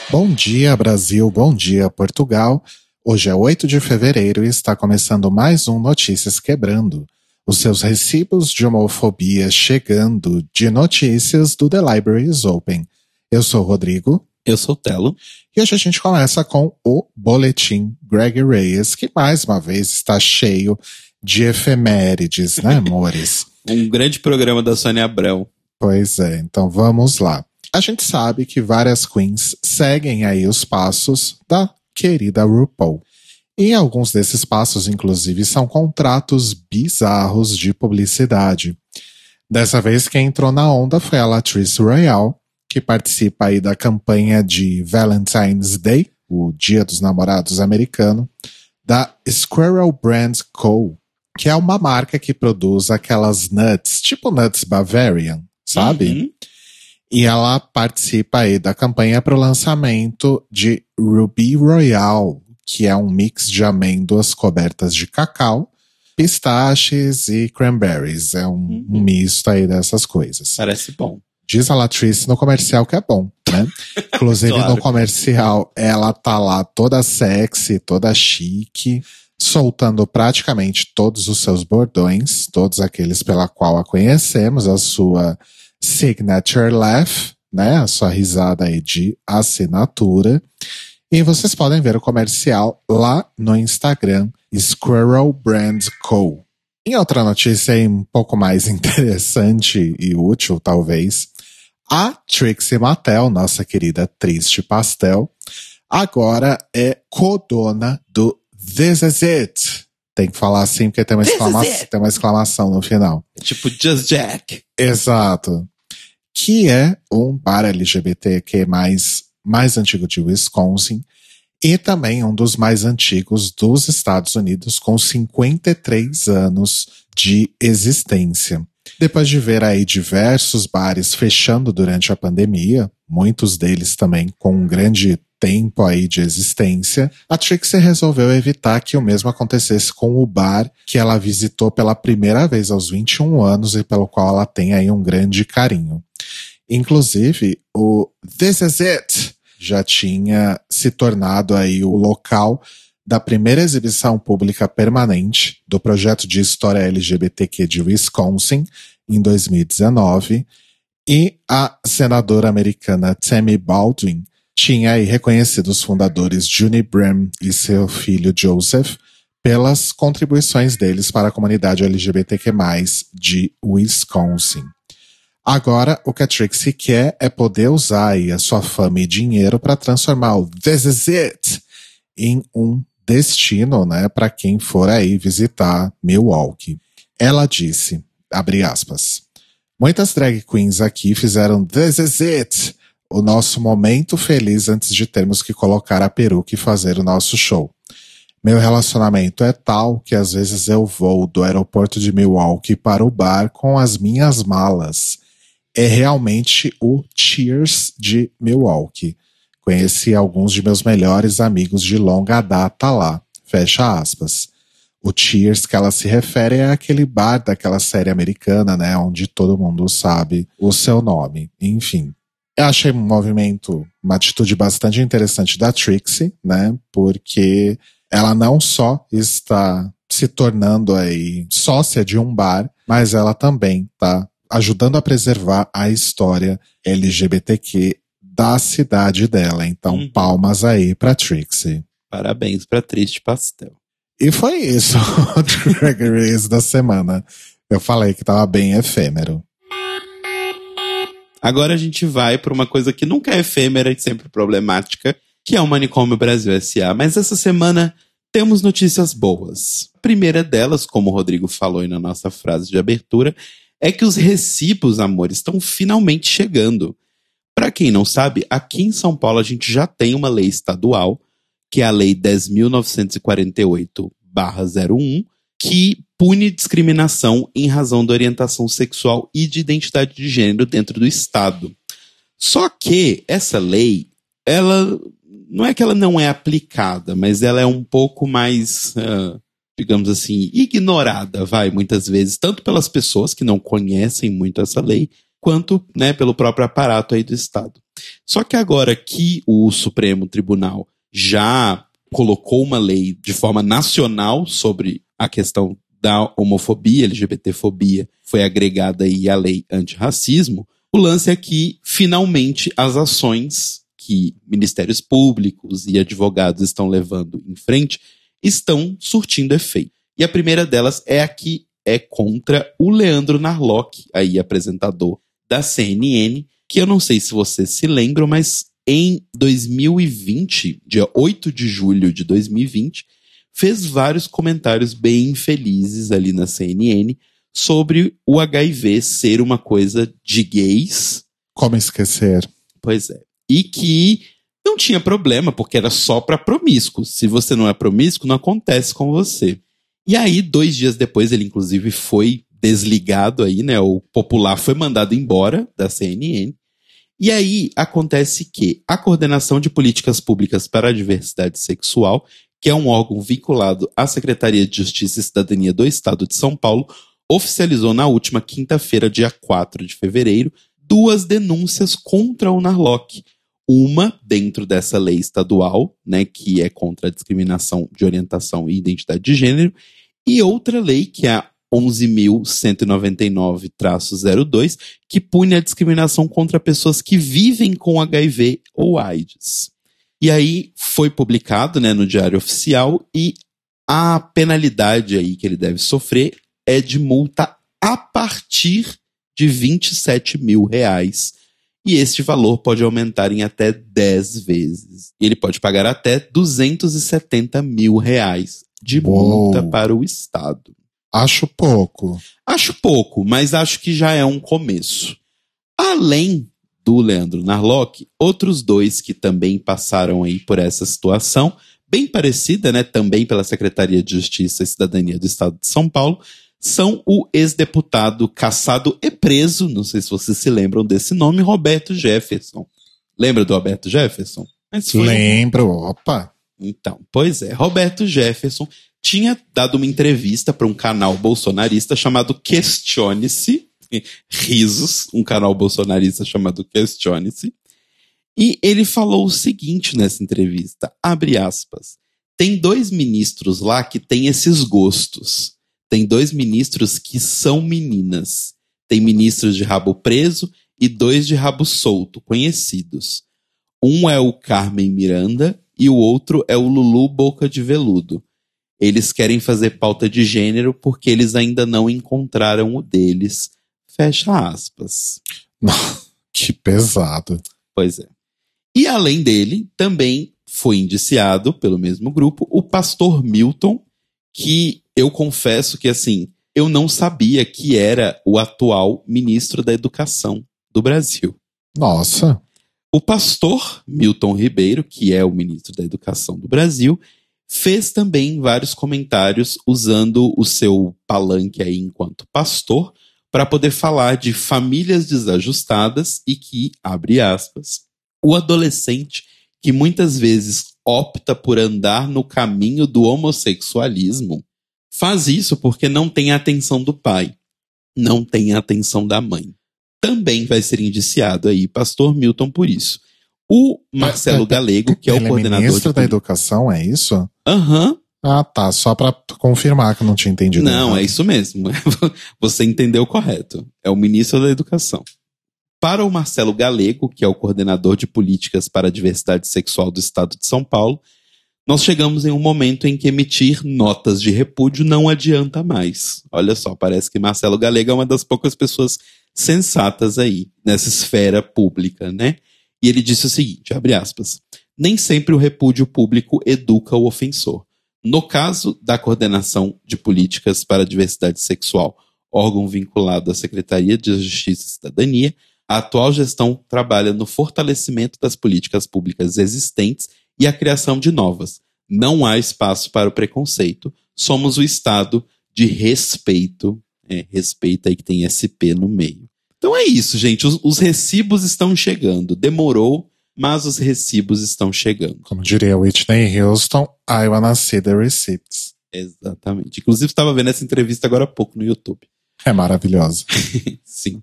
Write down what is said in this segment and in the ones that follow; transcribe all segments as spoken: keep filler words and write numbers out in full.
Bom dia, Brasil, bom dia, Portugal. Hoje é oito de fevereiro e está começando mais um Notícias Quebrando. Os seus recibos de homofobia chegando de notícias do The Library is Open. Eu sou o Rodrigo. Eu sou o Telo. E hoje a gente começa com o Boletim Greg Reyes, que mais uma vez está cheio de efemérides, né, amores? Um grande programa da Sônia Abrão. Pois é, então vamos lá. A gente sabe que várias queens seguem aí os passos da querida RuPaul. E alguns desses passos, inclusive, são contratos bizarros de publicidade. Dessa vez, quem entrou na onda foi a Latrice Royale, que participa aí da campanha de Valentine's Day, o Dia dos Namorados americano, da Squirrel Brand Co., que é uma marca que produz aquelas nuts, tipo nuts Bavarian, sabe? Uhum. E ela participa aí da campanha para o lançamento de Ruby Royale, que é um mix de amêndoas cobertas de cacau, pistaches e cranberries. É um, Uhum. um misto aí dessas coisas. Parece bom. Diz a Latrice no comercial que é bom, né? Inclusive Claro. no comercial ela tá lá toda sexy, toda chique, soltando praticamente todos os seus bordões, todos aqueles pela qual a conhecemos, a sua signature laugh, né? A sua risada aí de assinatura. E vocês podem ver o comercial lá no Instagram, Squirrel Brand Co. Em outra notícia aí um pouco mais interessante e útil, talvez, a Trixie Mattel, nossa querida Triste Pastel, agora é codona do This Is It. Tem que falar assim porque tem uma, exclama- tem uma exclamação no final. É tipo Just Jack. Exato. Que é um bar L G B T Q mais, mais antigo de Wisconsin e também um dos mais antigos dos Estados Unidos, com cinquenta e três anos de existência. Depois de ver aí diversos bares fechando durante a pandemia, muitos deles também com um grande tempo aí de existência, a Trixie resolveu evitar que o mesmo acontecesse com o bar que ela visitou pela primeira vez aos vinte e um anos e pelo qual ela tem aí um grande carinho. Inclusive, o This Is It já tinha se tornado aí o local da primeira exibição pública permanente do projeto de história L G B T Q de Wisconsin, em dois mil e dezenove, e a senadora americana Tammy Baldwin tinha aí reconhecido os fundadores Junie Brehm e seu filho Joseph pelas contribuições deles para a comunidade L G B T Q mais, de Wisconsin. Agora, o que a Trixie quer é poder usar aí a sua fama e dinheiro para transformar o This Is It em um destino, né, para quem for aí visitar Milwaukee. Ela disse, abre aspas, muitas drag queens aqui fizeram This Is It, o nosso momento feliz antes de termos que colocar a peruca e fazer o nosso show. Meu relacionamento é tal que às vezes eu vou do aeroporto de Milwaukee para o bar com as minhas malas. É realmente o Cheers de Milwaukee. Conheci alguns de meus melhores amigos de longa data lá. Fecha aspas. O Cheers que ela se refere é aquele bar daquela série americana, né? Onde todo mundo sabe o seu nome. Enfim. Eu achei um movimento, uma atitude bastante interessante da Trixie, né? Porque ela não só está se tornando aí sócia de um bar, mas ela também está ajudando a preservar a história L G B T Q da cidade dela. Então, Uhum. palmas aí pra Trixie. Parabéns pra Triste Pastel. E foi isso, o Drag Race da semana. Eu falei que tava bem efêmero. Agora a gente vai pra uma coisa que nunca é efêmera e sempre problemática, que é o Manicômio Brasil S A. Mas essa semana temos notícias boas. A primeira delas, como o Rodrigo falou aí na nossa frase de abertura, é que os recibos, amor, estão finalmente chegando. Para quem não sabe, aqui em São Paulo a gente já tem uma lei estadual, que é a Lei dez mil novecentos e quarenta e oito barra zero um, que pune discriminação em razão da orientação sexual e de identidade de gênero dentro do Estado. Só que essa lei, ela não é que ela não é aplicada, mas ela é um pouco mais, uh, digamos assim, ignorada, vai, muitas vezes, tanto pelas pessoas que não conhecem muito essa lei, quanto, né, pelo próprio aparato aí do Estado. Só que agora que o Supremo Tribunal já colocou uma lei de forma nacional sobre a questão da homofobia, LGBTfobia, foi agregada aí a lei antirracismo, o lance é que, finalmente, as ações que ministérios públicos e advogados estão levando em frente estão surtindo efeito. E a primeira delas é a que é contra o Leandro Narlock, aí apresentador da C N N, que eu não sei se vocês se lembram, mas em dois mil e vinte, dia oito de julho de dois mil e vinte, fez vários comentários bem infelizes ali na C N N sobre o H I V ser uma coisa de gays. Como esquecer? Pois é. E que não tinha problema, porque era só para promíscuos. Se você não é promíscuo, não acontece com você. E aí, dois dias depois, ele inclusive foi desligado aí, né? O popular foi mandado embora da C N N. E aí acontece que a Coordenação de Políticas Públicas para a Diversidade Sexual, que é um órgão vinculado à Secretaria de Justiça e Cidadania do Estado de São Paulo, oficializou na última quinta-feira, dia quatro de fevereiro, duas denúncias contra o Narlock. Uma dentro dessa lei estadual, né, que é contra a discriminação de orientação e identidade de gênero, e outra lei, que é a onze mil cento e noventa e nove traço zero dois, que pune a discriminação contra pessoas que vivem com H I V ou AIDS. E aí foi publicado, né, no Diário Oficial, e a penalidade aí que ele deve sofrer é de multa a partir de vinte e sete mil reais. E este valor pode aumentar em até dez vezes. Ele pode pagar até duzentos e setenta mil reais de multa Uou. para o Estado. Acho pouco. Acho pouco, mas acho que já é um começo. Além do Leandro Narlock, outros dois que também passaram aí por essa situação, bem parecida, né, também pela Secretaria de Justiça e Cidadania do Estado de São Paulo, são o ex-deputado caçado e preso, não sei se vocês se lembram desse nome, Roberto Jefferson. Lembra do Roberto Jefferson? Mas foi... Lembro, opa. Então, pois é, Roberto Jefferson tinha dado uma entrevista para um canal bolsonarista chamado Questione-se, risos, um canal bolsonarista chamado Questione-se, e ele falou o seguinte nessa entrevista, abre aspas, tem dois ministros lá que têm esses gostos, tem dois ministros que são meninas, tem ministros de rabo preso e dois de rabo solto, conhecidos. Um é o Carmen Miranda e o outro é o Lulu Boca de Veludo. Eles querem fazer pauta de gênero porque eles ainda não encontraram o deles. Fecha aspas. Que pesado. Pois é. E além dele, também foi indiciado pelo mesmo grupo o pastor Milton, que eu confesso que, assim, eu não sabia que era o atual ministro da Educação do Brasil. Nossa. O pastor Milton Ribeiro, que é o ministro da Educação do Brasil, fez também vários comentários usando o seu palanque aí enquanto pastor para poder falar de famílias desajustadas e que, abre aspas, o adolescente que muitas vezes opta por andar no caminho do homossexualismo faz isso porque não tem a atenção do pai, não tem a atenção da mãe. Também vai ser indiciado aí pastor Milton por isso. O Marcelo Galego, que é Ele o coordenador... é ministro de... da Educação, é isso? Aham. Uhum. Ah, tá. Só pra confirmar que eu não tinha entendido. Não, errado. é isso mesmo. Você entendeu correto. É o ministro da Educação. Para o Marcelo Galego, que é o coordenador de políticas para a diversidade sexual do Estado de São Paulo, nós chegamos em um momento em que emitir notas de repúdio não adianta mais. Olha só, parece que Marcelo Galego é uma das poucas pessoas sensatas aí, nessa esfera pública, né? E ele disse o seguinte, abre aspas, nem sempre o repúdio público educa o ofensor. No caso da Coordenação de Políticas para a Diversidade Sexual, órgão vinculado à Secretaria de Justiça e Cidadania, a atual gestão trabalha no fortalecimento das políticas públicas existentes e a criação de novas. Não há espaço para o preconceito. Somos o Estado de respeito. É, respeito aí que tem S P no meio. Então é isso, gente. Os, os recibos estão chegando. Demorou, mas os recibos estão chegando. Como diria Whitney Houston, I wanna see the receipts. Exatamente. Inclusive, estava vendo essa entrevista agora há pouco no YouTube. É maravilhosa. Sim.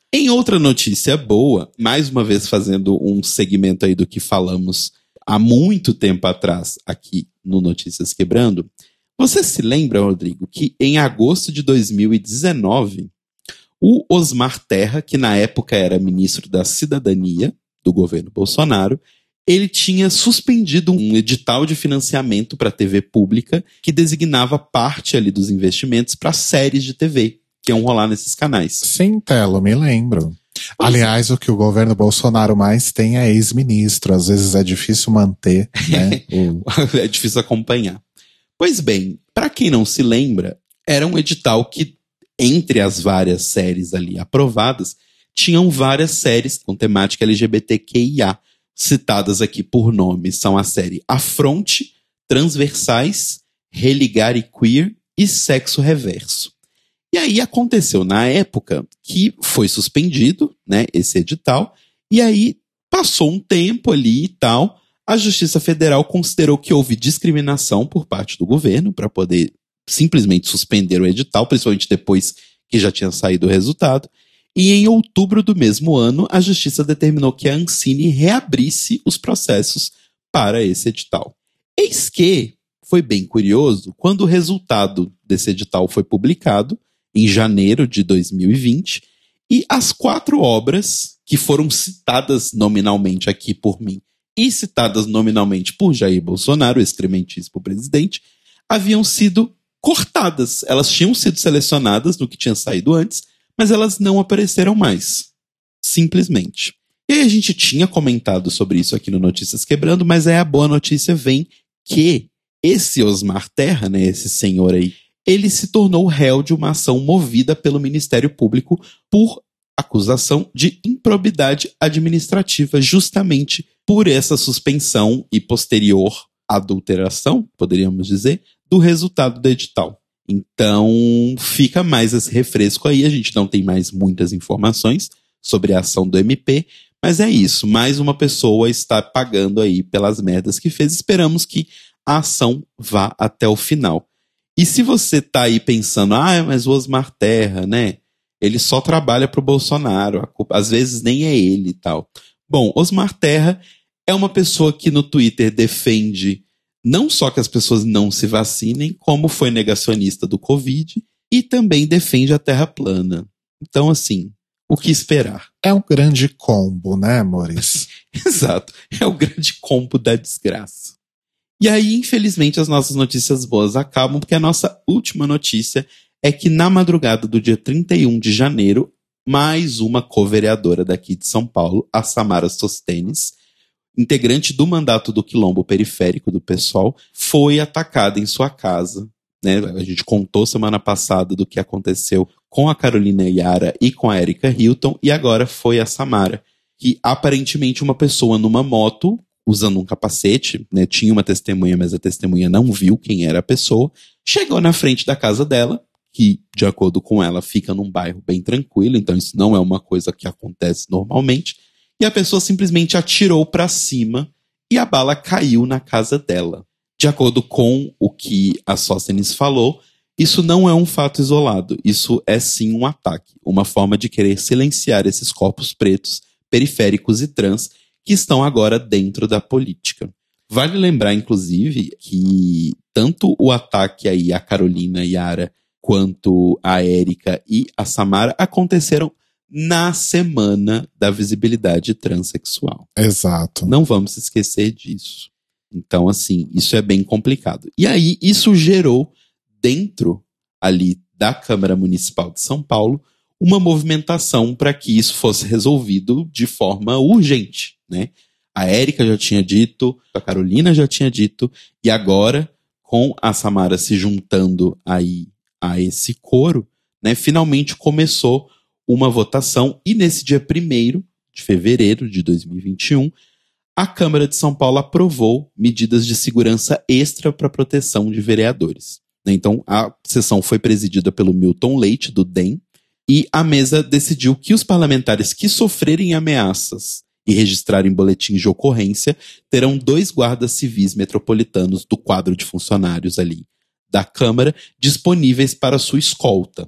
Em outra notícia boa, mais uma vez fazendo um segmento aí do que falamos há muito tempo atrás aqui no Notícias Quebrando, você se lembra, Rodrigo, que em agosto de dois mil e dezenove, o Osmar Terra, que na época era ministro da Cidadania do governo Bolsonaro, ele tinha suspendido um edital de financiamento para a T V pública que designava parte ali dos investimentos para séries de T V que iam rolar nesses canais. Sim, Telo, me lembro. Pois Aliás, é. O que o governo Bolsonaro mais tem é ex-ministro. Às vezes é difícil manter, né? o... É difícil acompanhar. Pois bem, para quem não se lembra, era um edital que, entre as várias séries ali aprovadas, tinham várias séries com temática L G B T Q I A. Citadas aqui por nome são a série Afronte, Transversais, Religar e Queer e Sexo Reverso. E aí aconteceu na época que foi suspendido, né, esse edital, e aí passou um tempo ali e tal, a Justiça Federal considerou que houve discriminação por parte do governo para poder simplesmente suspender o edital, principalmente depois que já tinha saído o resultado, e em outubro do mesmo ano a Justiça determinou que a Ancine reabrisse os processos para esse edital. Eis que foi bem curioso, quando o resultado desse edital foi publicado, em janeiro de dois mil e vinte, e as quatro obras que foram citadas nominalmente aqui por mim e citadas nominalmente por Jair Bolsonaro, excrementíssimo presidente, haviam sido cortadas. Elas tinham sido selecionadas no que tinha saído antes, mas elas não apareceram mais. Simplesmente. E aí a gente tinha comentado sobre isso aqui no Notícias Quebrando, mas aí a boa notícia vem que esse Osmar Terra, né, esse senhor aí, ele se tornou réu de uma ação movida pelo Ministério Público por acusação de improbidade administrativa, justamente por essa suspensão e posterior adulteração, poderíamos dizer, do resultado do edital. Então, fica mais esse refresco aí, a gente não tem mais muitas informações sobre a ação do M P, mas é isso, mais uma pessoa está pagando aí pelas merdas que fez, esperamos que a ação vá até o final. E se você tá aí pensando, ah, mas o Osmar Terra, né? Ele só trabalha pro Bolsonaro, a culpa, às vezes nem é ele e tal. Bom, Osmar Terra é uma pessoa que no Twitter defende não só que as pessoas não se vacinem, como foi negacionista do Covid e também defende a Terra plana. Então, assim, o que esperar? É um grande combo, né, amores? Exato, é o grande combo da desgraça. E aí, infelizmente, as nossas notícias boas acabam, porque a nossa última notícia é que na madrugada do dia trinta e um de janeiro, mais uma co-vereadora daqui de São Paulo, a Samara Sostenes, integrante do mandato do Quilombo Periférico do PSOL, foi atacada em sua casa. Né? A gente contou semana passada do que aconteceu com a Carolina Yara e com a Erika Hilton, e agora foi a Samara, que aparentemente uma pessoa numa moto, usando um capacete, né, tinha uma testemunha, mas a testemunha não viu quem era a pessoa, chegou na frente da casa dela, que, de acordo com ela, fica num bairro bem tranquilo, então isso não é uma coisa que acontece normalmente, e a pessoa simplesmente atirou para cima e a bala caiu na casa dela. De acordo com o que a Sóstenes falou, isso não é um fato isolado, isso é sim um ataque, uma forma de querer silenciar esses corpos pretos, periféricos e trans, que estão agora dentro da política. Vale lembrar, inclusive, que tanto o ataque aí a Carolina Yara quanto a Érica e a Samara aconteceram na semana da visibilidade transexual. Exato. Não vamos esquecer disso. Então, assim, isso é bem complicado. E aí, isso gerou, dentro ali da Câmara Municipal de São Paulo, uma movimentação para que isso fosse resolvido de forma urgente, né? A Érica já tinha dito, a Carolina já tinha dito, e agora, com a Samara se juntando aí a esse coro, né, finalmente começou uma votação, e nesse dia primeiro de fevereiro de dois mil e vinte e um, a Câmara de São Paulo aprovou medidas de segurança extra para proteção de vereadores. Então, a sessão foi presidida pelo Milton Leite, do D E M, e a mesa decidiu que os parlamentares que sofrerem ameaças e registrarem boletins de ocorrência terão dois guardas civis metropolitanos do quadro de funcionários ali da Câmara disponíveis para sua escolta.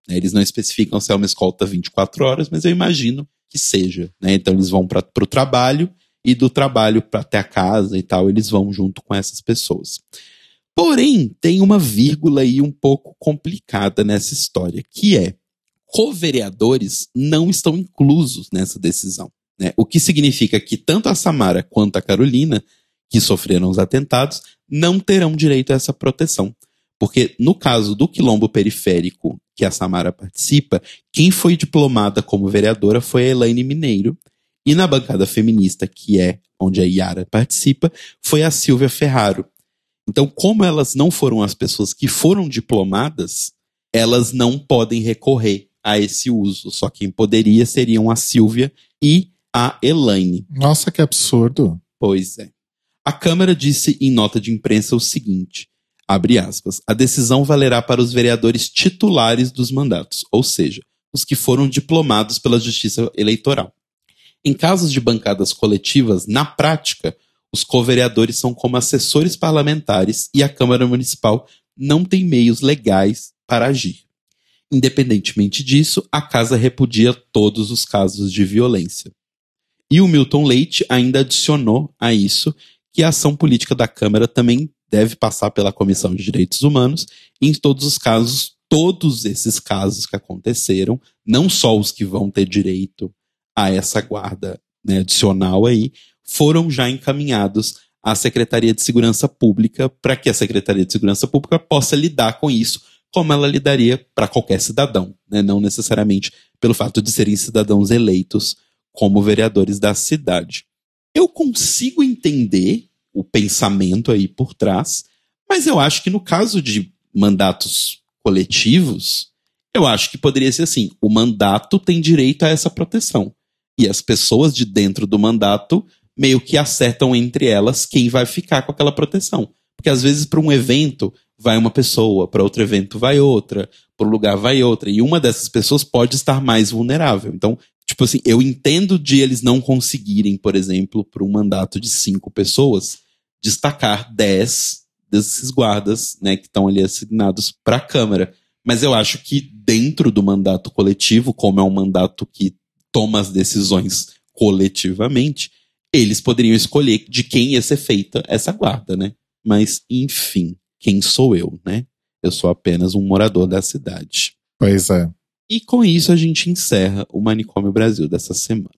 Eles não especificam se é uma escolta vinte e quatro horas, mas eu imagino que seja, né? Então eles vão para o trabalho e do trabalho para até a casa e tal, eles vão junto com essas pessoas. Porém, tem uma vírgula aí um pouco complicada nessa história, que é: co-vereadores não estão inclusos nessa decisão, né? O que significa que tanto a Samara quanto a Carolina, que sofreram os atentados, não terão direito a essa proteção. Porque no caso do quilombo periférico, que a Samara participa, quem foi diplomada como vereadora foi a Elaine Mineiro, e na bancada feminista, que é onde a Yara participa, foi a Silvia Ferraro. Então, como elas não foram as pessoas que foram diplomadas, elas não podem recorrer a esse uso. Só quem poderia seriam a Silvia e a Elaine. Nossa, que absurdo. Pois é. A Câmara disse em nota de imprensa o seguinte, abre aspas, a decisão valerá para os vereadores titulares dos mandatos, ou seja, os que foram diplomados pela Justiça Eleitoral. Em casos de bancadas coletivas, na prática, os co-vereadores são como assessores parlamentares e a Câmara Municipal não tem meios legais para agir. Independentemente disso, a Casa repudia todos os casos de violência. E o Milton Leite ainda adicionou a isso que a ação política da Câmara também deve passar pela Comissão de Direitos Humanos e em todos os casos, todos esses casos que aconteceram, não só os que vão ter direito a essa guarda, né, adicional aí, foram já encaminhados à Secretaria de Segurança Pública para que a Secretaria de Segurança Pública possa lidar com isso como ela lidaria para qualquer cidadão, né? Não necessariamente pelo fato de serem cidadãos eleitos como vereadores da cidade. Eu consigo entender o pensamento aí por trás, mas eu acho que no caso de mandatos coletivos, eu acho que poderia ser assim, o mandato tem direito a essa proteção, e as pessoas de dentro do mandato meio que acertam entre elas quem vai ficar com aquela proteção. Porque às vezes para um evento vai uma pessoa, para outro evento vai outra, para um lugar vai outra, e uma dessas pessoas pode estar mais vulnerável. Então, tipo assim, eu entendo de eles não conseguirem, por exemplo, para um mandato de cinco pessoas, destacar dez desses guardas, né, que estão ali assignados para a Câmara. Mas eu acho que dentro do mandato coletivo, como é um mandato que toma as decisões coletivamente, eles poderiam escolher de quem ia ser feita essa guarda, né? Mas, enfim, quem sou eu, né? Eu sou apenas um morador da cidade. Pois é. E com isso a gente encerra o Manicômio Brasil dessa semana.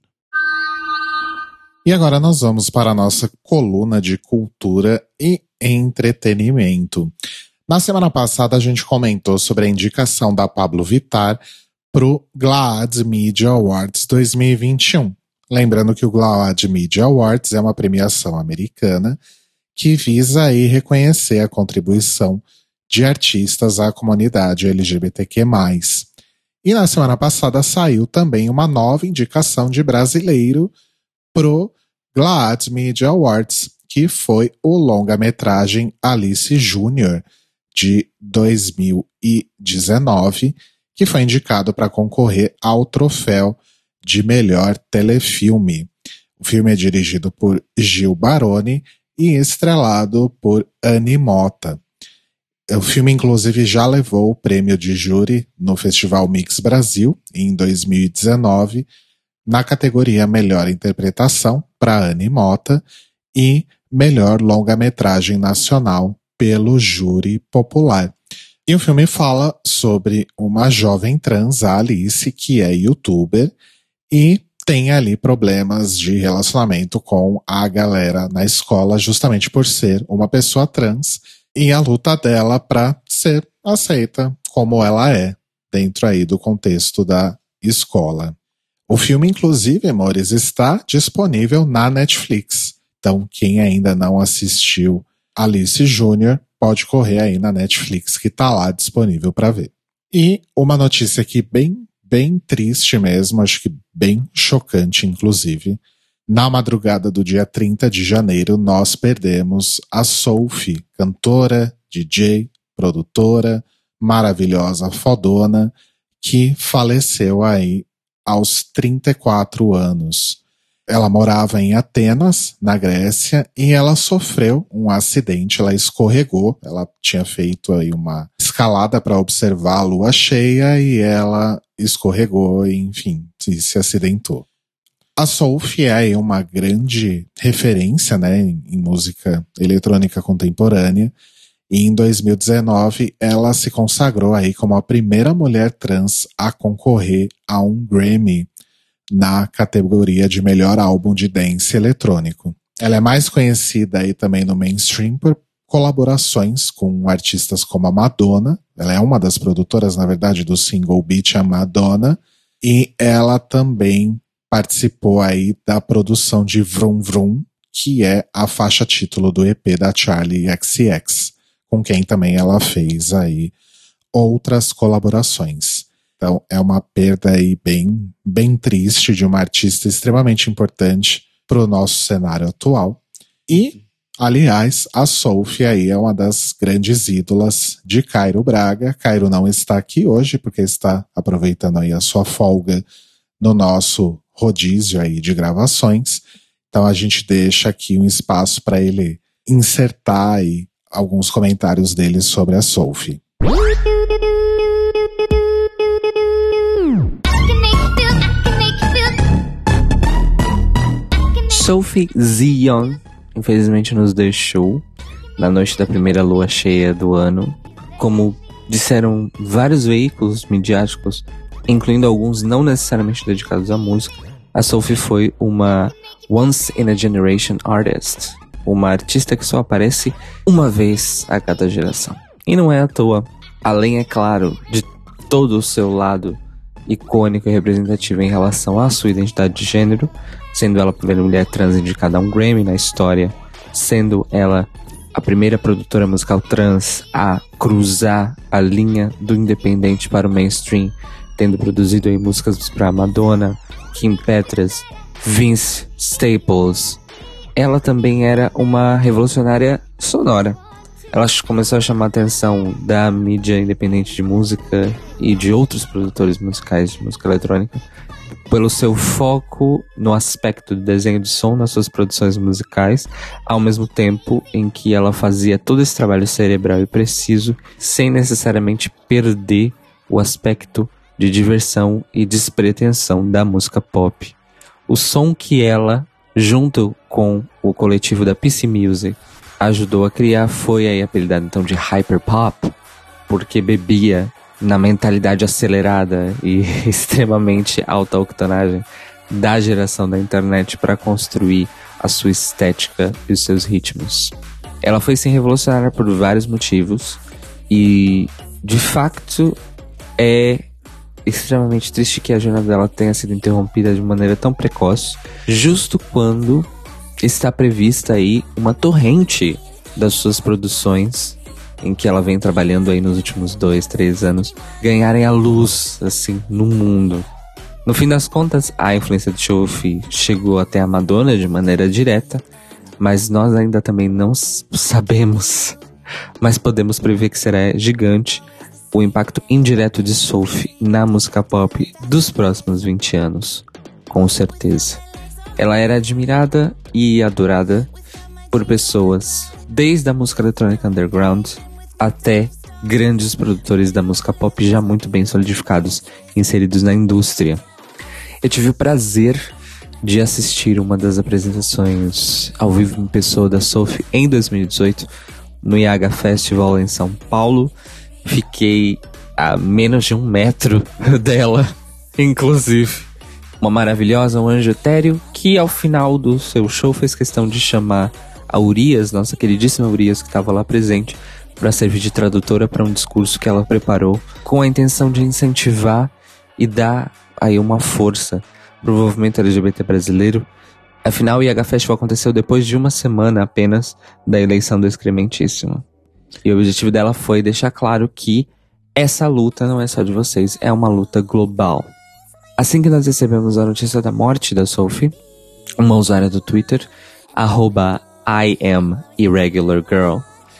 E agora nós vamos para a nossa coluna de cultura e entretenimento. Na semana passada a gente comentou sobre a indicação da Pablo Vittar pro GLAAD Media Awards dois mil e vinte e um. Lembrando que o GLAAD Media Awards é uma premiação americana que visa aí reconhecer a contribuição de artistas à comunidade L G B T Q mais. E na semana passada saiu também uma nova indicação de brasileiro pro GLAAD Media Awards, que foi o longa-metragem Alice Júnior, de dois mil e dezenove, que foi indicado para concorrer ao troféu de melhor telefilme. O filme é dirigido por Gil Baroni e estrelado por Anny Mota. O filme, inclusive, já levou o prêmio de júri no Festival Mix Brasil, em dois mil e dezenove, na categoria Melhor Interpretação, para Anny Mota, e Melhor Longa-Metragem Nacional, pelo Júri Popular. E o filme fala sobre uma jovem trans, a Alice, que é youtuber, e tem ali problemas de relacionamento com a galera na escola, justamente por ser uma pessoa trans, e a luta dela para ser aceita como ela é, dentro aí do contexto da escola. O filme, inclusive, amores, está disponível na Netflix. Então, quem ainda não assistiu Alice Júnior pode correr aí na Netflix, que está lá disponível para ver. E uma notícia aqui bem, bem triste mesmo, acho que bem chocante, inclusive. Na madrugada do dia trinta de janeiro, nós perdemos a Sophie, cantora, D J, produtora, maravilhosa, fodona, que faleceu aí aos trinta e quatro anos. ela morava em Atenas, na Grécia, e ela sofreu um acidente, ela escorregou, ela tinha feito aí uma escalada para observar a lua cheia e ela escorregou e, enfim, se, se acidentou. A Sophie é aí uma grande referência, né, em, em música eletrônica contemporânea, e em dois mil e dezenove ela se consagrou aí como a primeira mulher trans a concorrer a um Grammy na categoria de melhor álbum de dance eletrônico. Ela é mais conhecida aí também no mainstream por colaborações com artistas como a Madonna. Ela é uma das produtoras, na verdade, do single Beat a Madonna, e ela também participou aí da produção de Vroom Vroom, que é a faixa título do E P da Charli X C X, com quem também ela fez aí outras colaborações. Então é uma perda aí bem, bem triste de uma artista extremamente importante para o nosso cenário atual. E, aliás, a Sophie aí é uma das grandes ídolas de Cairo Braga. Cairo não está aqui hoje porque está aproveitando aí a sua folga no nosso rodízio aí de gravações. Então a gente deixa aqui um espaço para ele insertar aí alguns comentários dele sobre a Sophie. Sophie Zion, infelizmente, nos deixou na noite da primeira lua cheia do ano. Como disseram vários veículos midiáticos, incluindo alguns não necessariamente dedicados à música, a Sophie foi uma once in a generation artist, uma artista que só aparece uma vez a cada geração. E não é à toa, além, é claro, de todo o seu lado icônico e representativo em relação à sua identidade de gênero, sendo ela a primeira mulher trans indicada a um Grammy na história, sendo ela a primeira produtora musical trans a cruzar a linha do independente para o mainstream, tendo produzido aí músicas para Madonna, Kim Petras, Vince Staples. Ela também era uma revolucionária sonora. Ela começou a chamar a atenção da mídia independente de música e de outros produtores musicais de música eletrônica pelo seu foco no aspecto do desenho de som nas suas produções musicais, ao mesmo tempo em que ela fazia todo esse trabalho cerebral e preciso, sem necessariamente perder o aspecto de diversão e despretensão da música pop. O som que ela, junto com o coletivo da P C Music, ajudou a criar foi aí apelidado então de hyperpop, porque bebia na mentalidade acelerada e extremamente alta octanagem da geração da internet para construir a sua estética e os seus ritmos. Ela foi sim revolucionária por vários motivos e, de facto, é extremamente triste que a jornada dela tenha sido interrompida de maneira tão precoce, justo quando está prevista aí uma torrente das suas produções em que ela vem trabalhando aí nos últimos dois, três anos, ganharem a luz, assim, no mundo. No fim das contas, a influência de Sophie chegou até a Madonna de maneira direta, mas nós ainda também não sabemos, mas podemos prever que será gigante o impacto indireto de Sophie na música pop dos próximos vinte anos, com certeza. Ela era admirada e adorada por pessoas, desde a música eletrônica underground até grandes produtores da música pop já muito bem solidificados, inseridos na indústria. Eu tive o prazer de assistir uma das apresentações ao vivo em pessoa da Sophie em dois mil e dezoito, no I H Festival em São Paulo. Fiquei a menos de um metro dela, inclusive. Uma maravilhosa, um anjo etéreo, que ao final do seu show fez questão de chamar a Urias, nossa queridíssima Urias, que estava lá presente, para servir de tradutora para um discurso que ela preparou com a intenção de incentivar e dar aí uma força para o movimento L G B T brasileiro. Afinal, o I H Festival aconteceu depois de uma semana apenas da eleição do Excrementíssimo. E o objetivo dela foi deixar claro que essa luta não é só de vocês, é uma luta global. Assim que nós recebemos a notícia da morte da Sophie, uma usuária do Twitter, arroba I am irregular girl,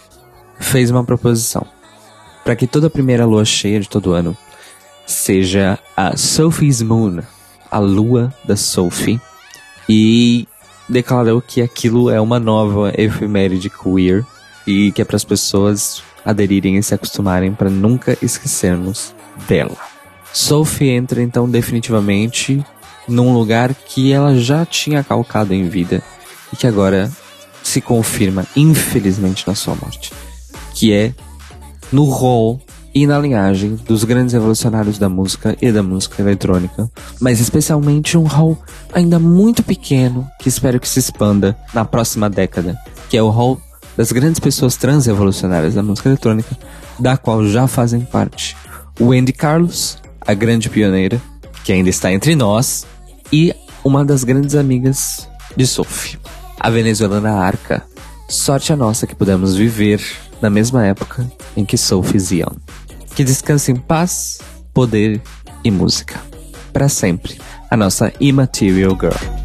fez uma proposição para que toda a primeira lua cheia de todo ano seja a Sophie's Moon, a lua da Sophie, e declarou que aquilo é uma nova efeméride queer e que é para as pessoas aderirem e se acostumarem para nunca esquecermos dela. Sophie entra então definitivamente num lugar que ela já tinha calcado em vida e que agora se confirma, infelizmente, na sua morte, que é no rol e na linhagem dos grandes revolucionários da música e da música eletrônica, mas especialmente um rol ainda muito pequeno que espero que se expanda na próxima década, que é o rol das grandes pessoas trans-revolucionárias da música eletrônica, da qual já fazem parte Wendy Carlos, a grande pioneira, que ainda está entre nós, e uma das grandes amigas de Sophie, a venezuelana Arca. Sorte a nossa que pudemos viver na mesma época em que Sophie Zion. Que descanse em paz, poder e música. Para sempre, a nossa Immaterial Girl.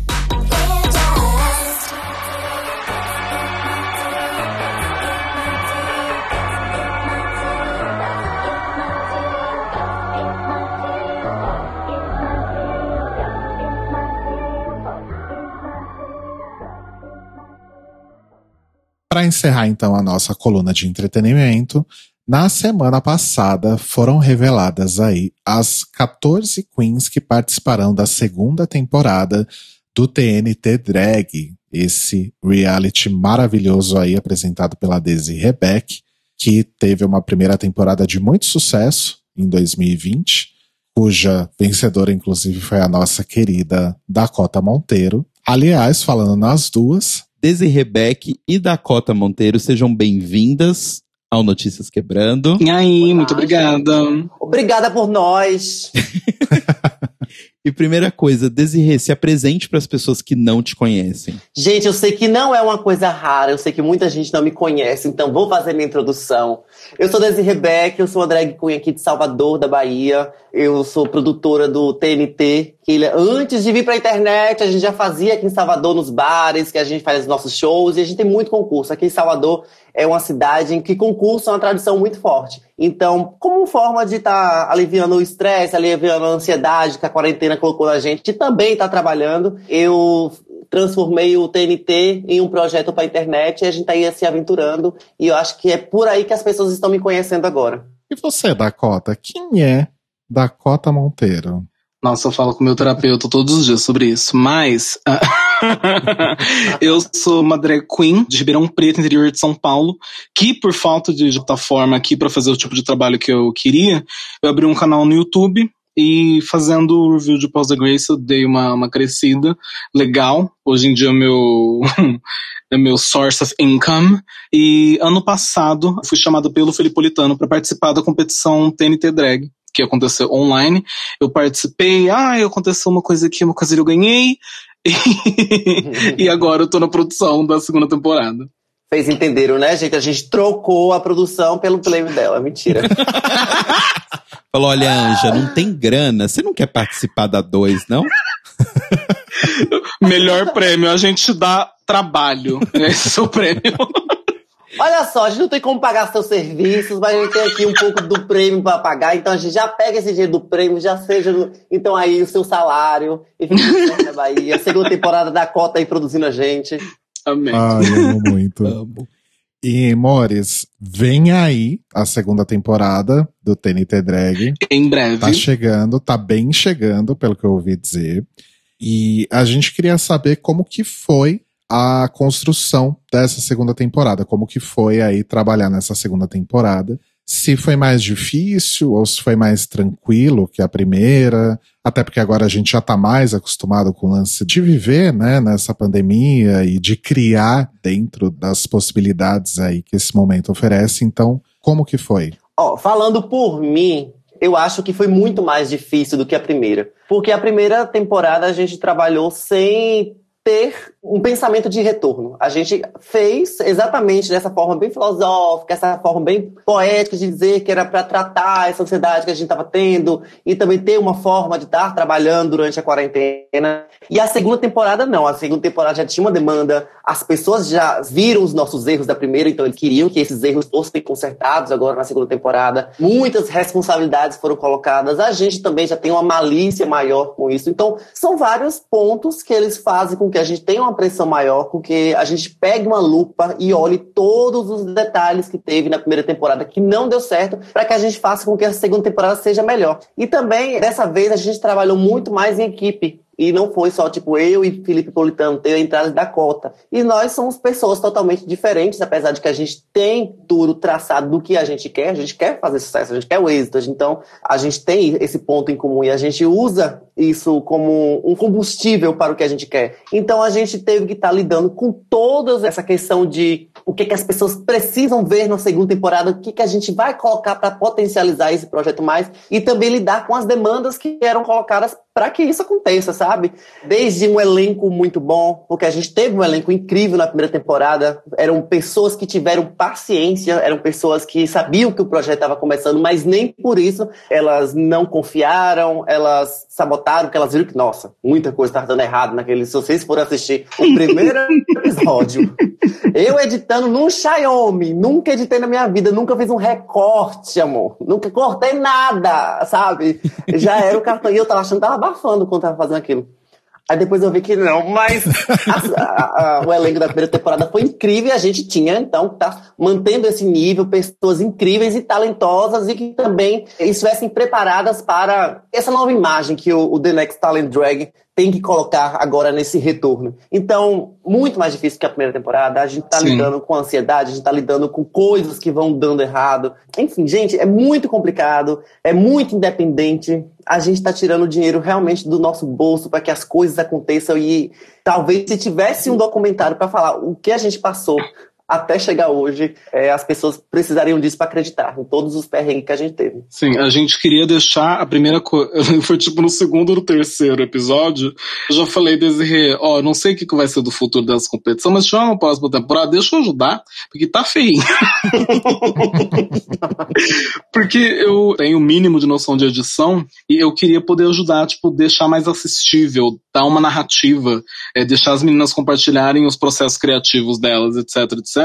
Para encerrar então a nossa coluna de entretenimento, na semana passada foram reveladas aí as quatorze queens que participarão da segunda temporada do T N T Drag, esse reality maravilhoso aí apresentado pela Desi Rebeck, que teve uma primeira temporada de muito sucesso em dois mil e vinte, cuja vencedora inclusive foi a nossa querida Dakota Monteiro. Aliás, falando nas duas, Desi Rebeck e Dakota Monteiro, sejam bem-vindas ao Notícias Quebrando. E aí, Olá, muito obrigada. Obrigada por nós. E primeira coisa, Desirê, se apresente para as pessoas que não te conhecem. Gente, eu sei que não é uma coisa rara, eu sei que muita gente não me conhece, então vou fazer minha introdução. Eu sou Desi Rebeck, eu sou uma drag queen aqui de Salvador, da Bahia. Eu sou produtora do T N T, que antes de vir pra internet, a gente já fazia aqui em Salvador, nos bares, que a gente faz os nossos shows, e a gente tem muito concurso. Aqui em Salvador é uma cidade em que concurso é uma tradição muito forte. Então, como forma de estar tá aliviando o estresse, aliviando a ansiedade que a quarentena colocou na gente, e também estar tá trabalhando, eu transformei o T N T em um projeto para a internet e a gente tá aí se aventurando. E eu acho que é por aí que as pessoas estão me conhecendo agora. E você, Dakota? Quem é Dakota Monteiro? Nossa, eu falo com o meu terapeuta todos os dias sobre isso, mas eu sou uma drag queen de Ribeirão Preto, interior de São Paulo, que por falta de plataforma aqui para fazer o tipo de trabalho que eu queria, eu abri um canal no YouTube e fazendo o review de Pós da Grace eu dei uma, uma crescida legal. Hoje em dia é meu, é meu source of income. E ano passado fui chamado pelo Felipolitano para participar da competição T N T Drag, que aconteceu online. Eu participei, ah, aconteceu uma coisa aqui, uma coisa ali, eu ganhei. E, e agora eu tô na produção da segunda temporada. Vocês entenderam, né, gente? A gente trocou a produção pelo prêmio dela, mentira. Falou, olha, Anja, não tem grana, você não quer participar da dois, não? Melhor prêmio, a gente dá trabalho. Esse é o prêmio. Olha só, a gente não tem como pagar seus serviços, mas a gente tem aqui um pouco do prêmio pra pagar, então a gente já pega esse dinheiro do prêmio, já seja, no, então aí o seu salário, e fica na Bahia, segunda temporada da Cota aí produzindo a gente. Amém. Ai, eu amo muito. Amo. E, Mores, vem aí a segunda temporada do T N T Drag. Em breve. Tá chegando, tá bem chegando, pelo que eu ouvi dizer. E a gente queria saber como que foi a construção dessa segunda temporada, como que foi aí trabalhar nessa segunda temporada, se foi mais difícil ou se foi mais tranquilo que a primeira, até porque agora a gente já tá mais acostumado com o lance de viver, né, nessa pandemia e de criar dentro das possibilidades aí que esse momento oferece. Então, como que foi? Ó, falando por mim, eu acho que foi muito mais difícil do que a primeira, porque a primeira temporada a gente trabalhou sem ter um pensamento de retorno. A gente fez exatamente dessa forma bem filosófica, essa forma bem poética de dizer que era para tratar essa ansiedade que a gente estava tendo e também ter uma forma de estar trabalhando durante a quarentena. E a segunda temporada não. A segunda temporada já tinha uma demanda, as pessoas já viram os nossos erros da primeira, então eles queriam que esses erros fossem consertados agora na segunda temporada. Muitas responsabilidades foram colocadas. A gente também já tem uma malícia maior com isso. Então, são vários pontos que eles fazem com que a gente tenha uma pressão maior, com que a gente pegue uma lupa e olhe todos os detalhes que teve na primeira temporada que não deu certo, para que a gente faça com que a segunda temporada seja melhor. E também, dessa vez, a gente trabalhou muito mais em equipe. E não foi só, tipo, eu e Felipe Politano ter a entrada da cota. E nós somos pessoas totalmente diferentes, apesar de que a gente tem tudo traçado do que a gente quer. A gente quer fazer sucesso, a gente quer o êxito. Então, a gente tem esse ponto em comum e a gente usa isso como um combustível para o que a gente quer. Então, a gente teve que estar lidando com toda essa questão de o que, que as pessoas precisam ver na segunda temporada, o que, que a gente vai colocar para potencializar esse projeto mais e também lidar com as demandas que eram colocadas para que isso aconteça, sabe? Desde um elenco muito bom, porque a gente teve um elenco incrível na primeira temporada, eram pessoas que tiveram paciência, eram pessoas que sabiam que o projeto estava começando, mas nem por isso elas não confiaram, elas sabotaram, porque elas viram que, nossa, muita coisa estava dando errado naquele... Se vocês forem assistir o primeiro episódio, eu editando num Xiaomi, nunca editei na minha vida, nunca fiz um recorte, amor, nunca cortei nada, sabe? Já era o cartão, e eu tava achando que tava abafando quando tava fazendo aquilo. Aí depois eu vi que não, mas a, a, a, o elenco da primeira temporada foi incrível e a gente tinha, então, tá mantendo esse nível, pessoas incríveis e talentosas e que também estivessem preparadas para essa nova imagem que o, o The Next Talent Drag tem que colocar agora nesse retorno. Então, muito mais difícil que a primeira temporada. A gente tá Sim. lidando com ansiedade, a gente tá lidando com coisas que vão dando errado. Enfim, gente, é muito complicado, é muito independente. A gente tá tirando dinheiro realmente do nosso bolso para que as coisas aconteçam e talvez se tivesse um documentário para falar o que a gente passou até chegar hoje, é, as pessoas precisariam disso para acreditar em todos os perrengues que a gente teve. Sim, a gente queria deixar a primeira coisa, foi tipo no segundo ou no terceiro episódio, eu já falei, Desirê, ó, não sei o que vai ser do futuro dessa competição, mas chama a próxima temporada, deixa eu ajudar, porque tá feio. Porque eu tenho o mínimo de noção de edição e eu queria poder ajudar, tipo, deixar mais assistível, dar uma narrativa, é, deixar as meninas compartilharem os processos criativos delas, etc, etc.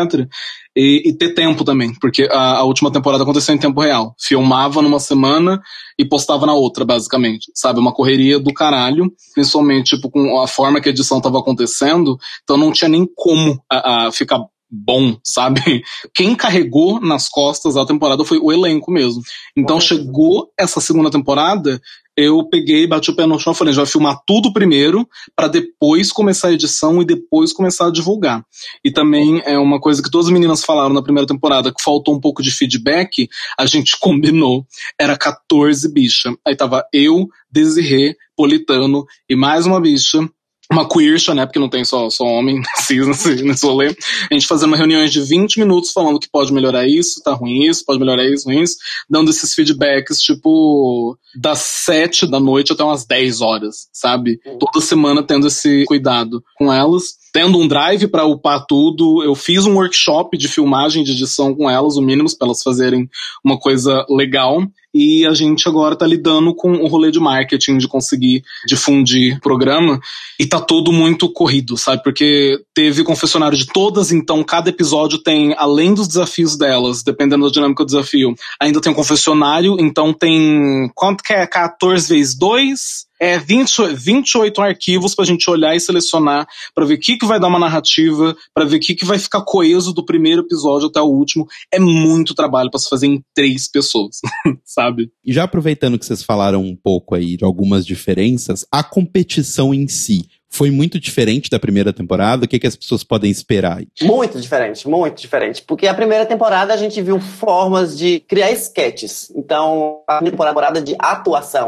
E, e ter tempo também, porque a, a última temporada aconteceu em tempo real. Filmava numa semana e postava na outra, basicamente. Sabe, uma correria do caralho, principalmente tipo, com a forma que a edição estava acontecendo, então não tinha nem como a, a ficar bom, sabe? Quem carregou nas costas a temporada foi o elenco mesmo. Então Bom, chegou essa segunda temporada, eu peguei, bati o pé no chão e falei, já vai filmar tudo primeiro, pra depois começar a edição e depois começar a divulgar. E também é uma coisa que todas as meninas falaram na primeira temporada, que faltou um pouco de feedback, a gente combinou, era quatorze bicha. Aí tava eu, Desirê, Politano e mais uma bicha, uma queersha, né, porque não tem só, só homem cis nesse, nesse rolê. A gente fazendo reuniões de vinte minutos falando que pode melhorar isso, tá ruim isso, pode melhorar isso, ruim isso, dando esses feedbacks, tipo, das sete da noite até umas dez horas, sabe? Toda semana tendo esse cuidado com elas. Tendo um drive pra upar tudo, eu fiz um workshop de filmagem, de edição com elas, o mínimo, pra elas fazerem uma coisa legal. E a gente agora tá lidando com o rolê de marketing, de conseguir difundir o programa. E tá tudo muito corrido, sabe? Porque teve confessionário de todas, então cada episódio tem, além dos desafios delas, dependendo da dinâmica do desafio, ainda tem um confessionário, então tem, quanto que é? quatorze vezes dois? É vinte, vinte e oito arquivos pra gente olhar e selecionar, pra ver o que que vai dar uma narrativa, pra ver o que que vai ficar coeso do primeiro episódio até o último. É muito trabalho pra se fazer em três pessoas, sabe? E já aproveitando que vocês falaram um pouco aí de algumas diferenças, a competição em si foi muito diferente da primeira temporada? O que que as pessoas podem esperar? Muito diferente, muito diferente. Porque a primeira temporada a gente viu formas de criar sketches. Então, a temporada de atuação,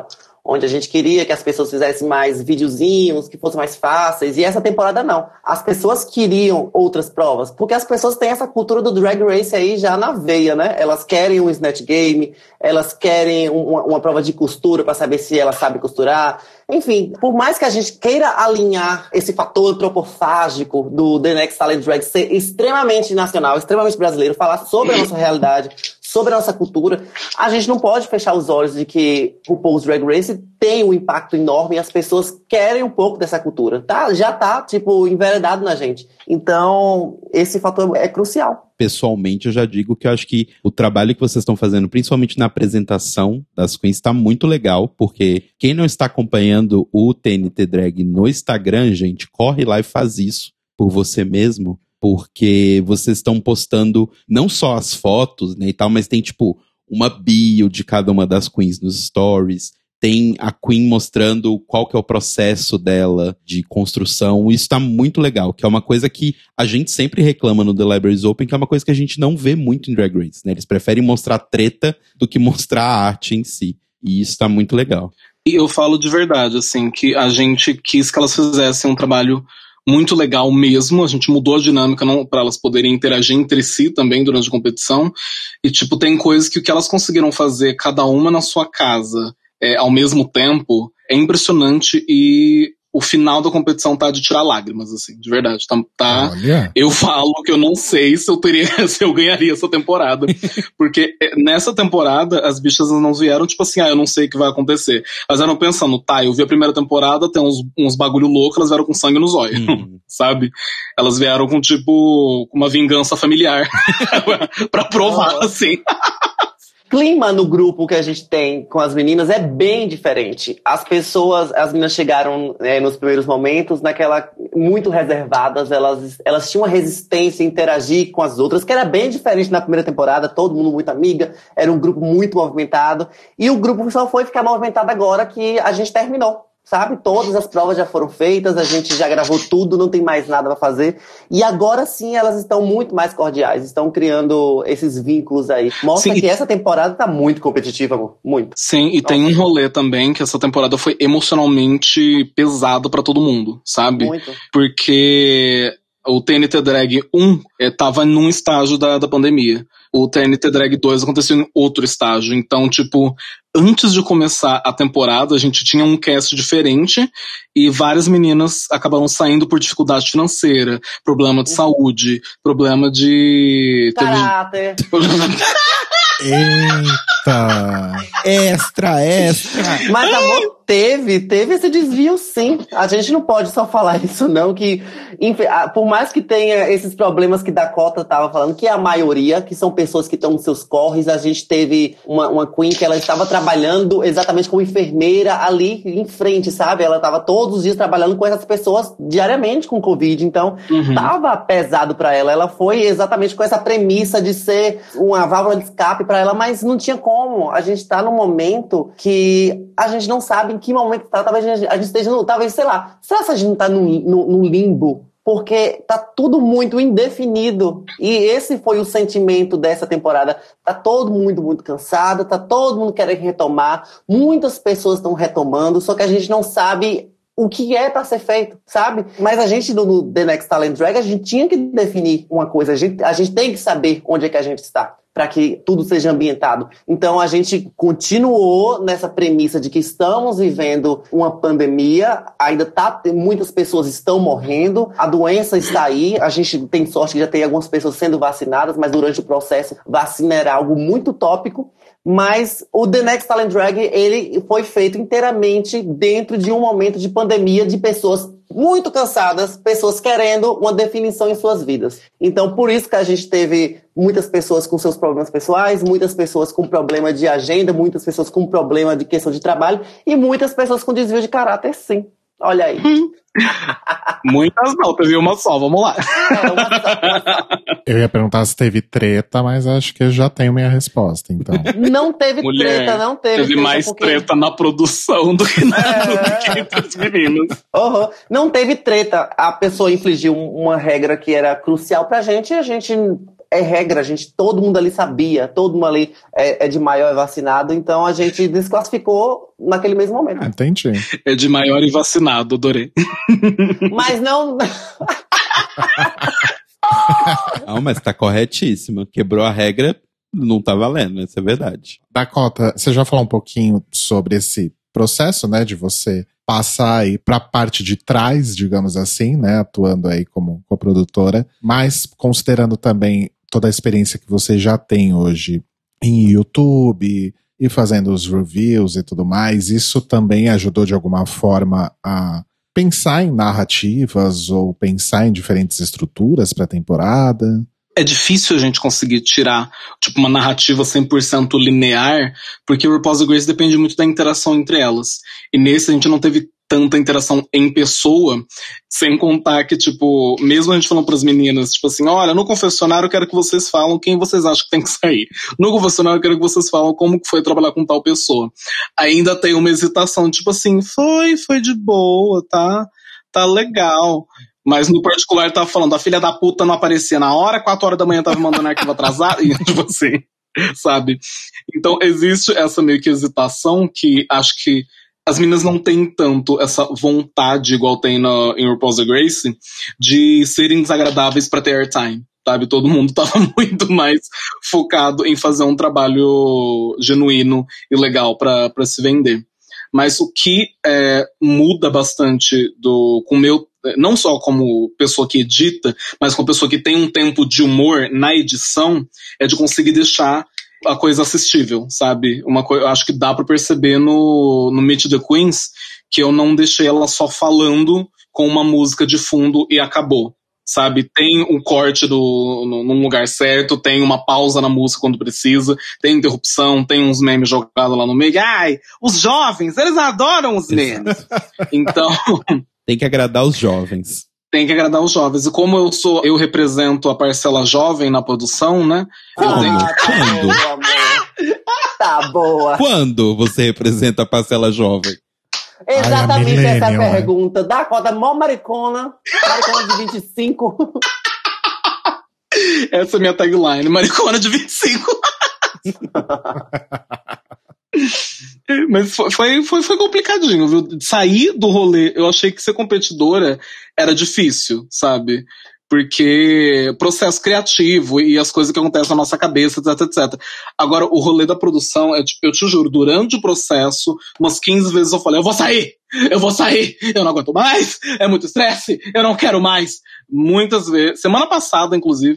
onde a gente queria que as pessoas fizessem mais videozinhos, que fossem mais fáceis. E essa temporada não. As pessoas queriam outras provas, porque as pessoas têm essa cultura do Drag Race aí já na veia, né? Elas querem um Snatch Game, elas querem uma, uma prova de costura para saber se ela sabe costurar. Enfim, por mais que a gente queira alinhar esse fator antropofágico do The Next Talent Drag ser extremamente nacional, extremamente brasileiro, falar sobre a nossa realidade, sobre a nossa cultura, a gente não pode fechar os olhos de que o RuPaul's Drag Race tem um impacto enorme e as pessoas querem um pouco dessa cultura. Tá, já tá, tipo, enveredado na gente. Então, esse fator é crucial. Pessoalmente, eu já digo que eu acho que o trabalho que vocês estão fazendo, principalmente na apresentação das queens, está muito legal, porque quem não está acompanhando o T N T Drag no Instagram, gente, corre lá e faz isso por você mesmo, porque vocês estão postando não só as fotos, né, e tal, mas tem, tipo, uma bio de cada uma das queens nos stories, tem a Queen mostrando qual que é o processo dela de construção. Isso tá muito legal, que é uma coisa que a gente sempre reclama no The Libraries Open, que é uma coisa que a gente não vê muito em Drag Race, né? Eles preferem mostrar treta do que mostrar a arte em si. E isso tá muito legal. E eu falo de verdade, assim, que a gente quis que elas fizessem um trabalho muito legal mesmo. A gente mudou a dinâmica para elas poderem interagir entre si também durante a competição. E, tipo, tem coisas que o que elas conseguiram fazer, cada uma na sua casa, É, ao mesmo tempo, é impressionante e o final da competição tá de tirar lágrimas, assim, de verdade. Tá, tá, eu falo que eu não sei se eu teria, se eu ganharia essa temporada, porque nessa temporada as bichas não vieram tipo assim, ah, eu não sei o que vai acontecer. Elas eram pensando, tá, eu vi a primeira temporada, tem uns, uns bagulho louco, elas vieram com sangue nos olhos, hum. sabe? Elas vieram com tipo, uma vingança familiar pra provar, oh. assim. clima no grupo que a gente tem com as meninas é bem diferente. As pessoas, as meninas chegaram é, nos primeiros momentos naquela muito reservadas, elas, elas tinham uma resistência em interagir com as outras, que era bem diferente na primeira temporada, todo mundo muito amiga, era um grupo muito movimentado, e o grupo só foi ficar movimentado agora que a gente terminou. Sabe? Todas as provas já foram feitas, a gente já gravou tudo, não tem mais nada pra fazer. E agora sim elas estão muito mais cordiais, estão criando esses vínculos aí. Mostra sim, que essa temporada tá muito competitiva, amor. Muito. Sim, e Nossa. Tem um rolê também que essa temporada foi emocionalmente pesado pra todo mundo, sabe? Muito. Porque o T N T Drag um é, tava num estágio da, da pandemia. O T N T Drag dois aconteceu em outro estágio. Então, tipo, antes de começar a temporada, a gente tinha um cast diferente e várias meninas acabaram saindo por dificuldade financeira, problema de uhum. saúde, problema de... Caráter. Eita! Extra, extra! Mas, amor, teve, teve esse desvio, sim. A gente não pode só falar isso, não, que por mais que tenha esses problemas que Dakota tava falando, que é a maioria, que são pessoas que estão nos seus corres, a gente teve uma, uma Queen que ela estava trabalhando exatamente como enfermeira ali em frente, sabe? Ela estava todos os dias trabalhando com essas pessoas diariamente com Covid, então uhum. tava pesado pra ela. Ela foi exatamente com essa premissa de ser uma válvula de escape pra ela, mas não tinha como. A gente tá num momento que a gente não sabe em que momento tá. Talvez a gente, a gente esteja no, talvez, sei lá, será que a gente não tá no, no, no limbo? Porque tá tudo muito indefinido. E esse foi o sentimento dessa temporada. Tá todo mundo muito cansado, tá todo mundo querendo retomar. Muitas pessoas estão retomando, só que a gente não sabe o que é pra ser feito, sabe? Mas a gente, no The Next Talent Drag, a gente tinha que definir uma coisa. A gente, a gente tem que saber onde é que a gente está, para que tudo seja ambientado. Então a gente continuou nessa premissa de que estamos vivendo uma pandemia, ainda tá, muitas pessoas estão morrendo, a doença está aí, a gente tem sorte que já tem algumas pessoas sendo vacinadas, mas durante o processo vacina era algo muito tópico. Mas o The Next Talent Drag, ele foi feito inteiramente dentro de um momento de pandemia, de pessoas muito cansadas, pessoas querendo uma definição em suas vidas. Então, por isso que a gente teve muitas pessoas com seus problemas pessoais, muitas pessoas com problema de agenda, muitas pessoas com problema de questão de trabalho e muitas pessoas com desvio de caráter, sim. Olha aí. Muitas não, teve uma só, vamos lá. É, uma só, uma só. Eu ia perguntar se teve treta, mas acho que eu já tenho minha resposta, então. Não teve Mulher, treta, não teve Teve treta mais porque... treta na produção do que, na, é... do que entre os meninos. Uhum. Não teve treta. A pessoa infligiu uma regra que era crucial pra gente e a gente... é regra, a gente, todo mundo ali sabia, todo mundo ali é, é de maior e vacinado, então a gente desclassificou naquele mesmo momento. Ah, entendi. É de maior e vacinado, adorei. Mas não... Não, mas tá corretíssima. Quebrou a regra, não tá valendo, isso é verdade. Dakota, você já falou um pouquinho sobre esse processo, né, de você passar aí pra parte de trás, digamos assim, né, atuando aí como coprodutora, mas considerando também toda a experiência que você já tem hoje em YouTube e fazendo os reviews e tudo mais, isso também ajudou de alguma forma a pensar em narrativas ou pensar em diferentes estruturas pra temporada? É difícil a gente conseguir tirar, tipo, uma narrativa cem por cento linear, porque o RuPaul's Grace depende muito da interação entre elas. E nesse a gente não teve tanta interação em pessoa, sem contar que, tipo, mesmo a gente falando pras meninas, tipo assim, olha, no confessionário eu quero que vocês falam quem vocês acham que tem que sair. No confessionário eu quero que vocês falam como que foi trabalhar com tal pessoa. Ainda tem uma hesitação, tipo assim, foi, foi de boa, tá? Tá legal. Mas no particular tava falando, a filha da puta não aparecia na hora, quatro horas da manhã tava mandando arquivo atrasado, e tipo assim, sabe? Então existe essa meio que hesitação que acho que as meninas não têm tanto essa vontade, igual tem na, em RuPaul's Grace, de serem desagradáveis pra ter airtime, sabe? Todo mundo tava muito mais focado em fazer um trabalho genuíno e legal pra, pra se vender. Mas o que é, muda bastante do, com o meu, não só como pessoa que edita, mas como pessoa que tem um tempo de humor na edição, é de conseguir deixar a coisa assistível, sabe? Uma coisa, eu acho que dá pra perceber no, no Meet the Queens que eu não deixei ela só falando com uma música de fundo e acabou. Sabe, tem um corte do, no, num lugar certo, tem uma pausa na música quando precisa, tem interrupção, tem uns memes jogados lá no meio. Ai, os jovens, eles adoram os memes. Então... Tem que agradar os jovens. Tem que agradar os jovens. E como eu sou, eu represento a parcela jovem na produção, né? Ah, Eu tenho... tá Quando? boa, amor. Tá boa. Quando você representa a parcela jovem? Exatamente Ai, a essa é a millennial, pergunta. Dakota, mó maricona. Maricona de vinte e cinco. Essa é a minha tagline. Maricona de vinte e cinco. Mas foi, foi, foi complicadinho, viu? Sair do rolê, eu achei que ser competidora era difícil, sabe? Porque processo criativo e as coisas que acontecem na nossa cabeça, etc, etcétera. Agora, o rolê da produção, é, eu te juro, durante o processo, umas quinze vezes eu falei, eu vou sair! Eu vou sair! Eu não aguento mais! É muito estresse! Eu não quero mais! Muitas vezes, semana passada, inclusive,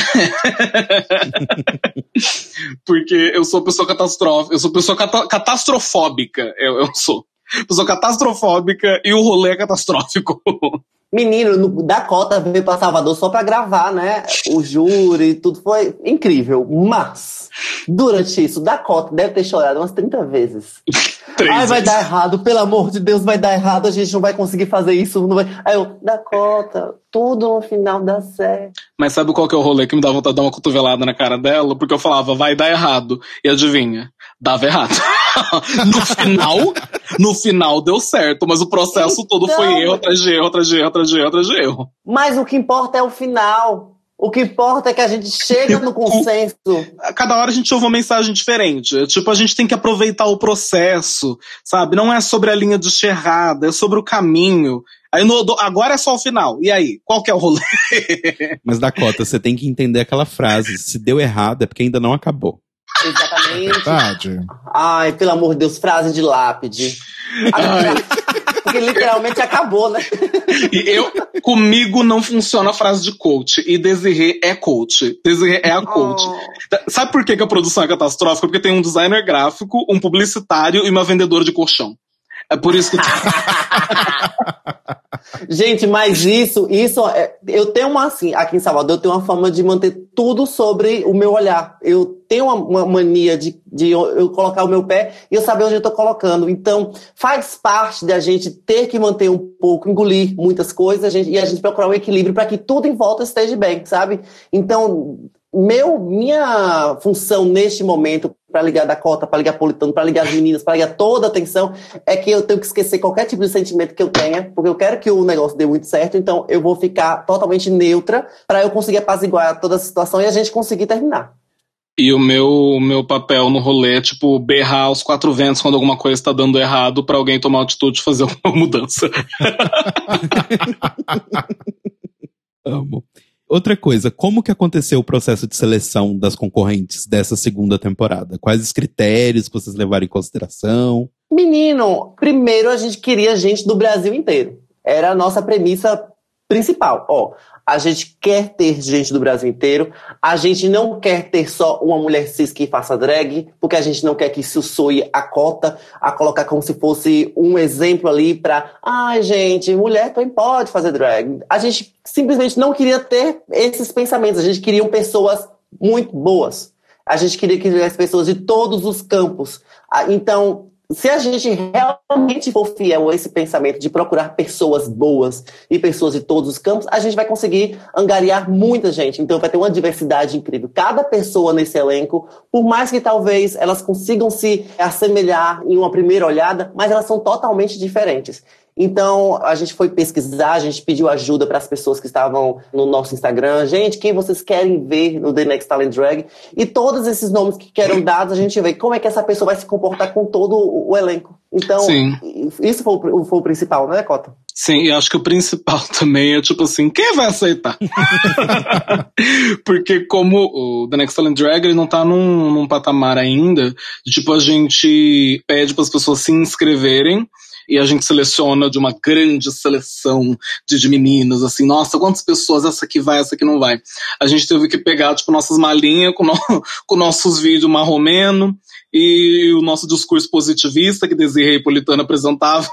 porque eu sou pessoa catastrófica, eu sou pessoa cata- catastrofóbica, eu, eu sou. Pessoa catastrofóbica e o rolê é catastrófico. Menino, no, Dakota veio pra Salvador só pra gravar, né? O júri, tudo foi incrível. Mas, durante isso, Dakota deve ter chorado umas trinta vezes. Três Ai, vai vezes. dar errado, pelo amor de Deus, vai dar errado, a gente não vai conseguir fazer isso. Não vai... Aí eu, Dakota, tudo no final dá certo. Mas sabe qual que é o rolê que me dá vontade de dar uma cotovelada na cara dela? Porque eu falava, vai dar errado. E adivinha? Dava errado. No final, no final deu certo, mas o processo todo Então, foi erro atrás de erro, atrás de erro, atrás de erro, atrás de erro. Mas o que importa é o final. O que importa é que a gente chega no consenso. A cada hora a gente ouve uma mensagem diferente. É tipo, a gente tem que aproveitar o processo, sabe? Não é sobre a linha de errada, é sobre o caminho. Aí no, agora é só o final. E aí? Qual que é o rolê? Mas, Dakota, você tem que entender aquela frase. Se deu errado é porque ainda não acabou. Exatamente. Verdade. Ai, pelo amor de Deus, frase de lápide. Porque literalmente acabou, né? E eu, comigo não funciona a frase de coach. E Desirê é coach. Desirê é a coach. Oh. Sabe por que, que a produção é catastrófica? Porque tem um designer gráfico, um publicitário e uma vendedora de colchão. É por isso que... Gente, mas isso, isso é, eu tenho uma, assim, aqui em Salvador, eu tenho uma forma de manter tudo sobre o meu olhar. Eu tenho uma, uma mania de, de eu, eu colocar o meu pé e eu saber onde eu tô colocando. Então, faz parte da gente ter que manter um pouco, engolir muitas coisas a gente, e a gente procurar um equilíbrio para que tudo em volta esteja bem, sabe? Então, meu, minha função neste momento pra ligar Dakota, pra ligar Politano, pra ligar as meninas, pra ligar toda a atenção, é que eu tenho que esquecer qualquer tipo de sentimento que eu tenha, porque eu quero que o negócio dê muito certo, então eu vou ficar totalmente neutra pra eu conseguir apaziguar toda a situação e a gente conseguir terminar. E o meu, meu papel no rolê é, tipo, berrar aos quatro ventos quando alguma coisa tá dando errado pra alguém tomar a atitude de fazer alguma mudança. Amo. Outra coisa, como que aconteceu o processo de seleção das concorrentes dessa segunda temporada? Quais os critérios que vocês levaram em consideração? Menino, primeiro a gente queria gente do Brasil inteiro. Era a nossa premissa principal. Ó, a gente quer ter gente do Brasil inteiro. A gente não quer ter só uma mulher cis que faça drag, porque a gente não quer que isso soe a cota, a colocar como se fosse um exemplo ali pra... Ai, gente, mulher também pode fazer drag. A gente simplesmente não queria ter esses pensamentos. A gente queria pessoas muito boas. A gente queria que tivesse pessoas de todos os campos. Então... Se a gente realmente for fiel a esse pensamento de procurar pessoas boas e pessoas de todos os campos, a gente vai conseguir angariar muita gente. Então vai ter uma diversidade incrível. Cada pessoa nesse elenco, por mais que talvez elas consigam se assemelhar em uma primeira olhada, mas elas são totalmente diferentes. Então, a gente foi pesquisar, a gente pediu ajuda para as pessoas que estavam no nosso Instagram. Gente, quem vocês querem ver no The Next Talent Drag? E todos esses nomes que eram dados, a gente vê como é que essa pessoa vai se comportar com todo o elenco. Então, Sim. isso foi o, foi o principal, né, Cota? Sim, e acho que o principal também é, tipo assim, quem vai aceitar? Porque como o The Next Talent Drag, ele não tá num, num patamar ainda, de, tipo, a gente pede para as pessoas se inscreverem, e a gente seleciona de uma grande seleção de, de meninas, assim, nossa, quantas pessoas, essa aqui vai, essa aqui não vai. A gente teve que pegar, tipo, nossas malinhas com, no, com nossos vídeos marromeno e o nosso discurso positivista que Desirê e Politano apresentavam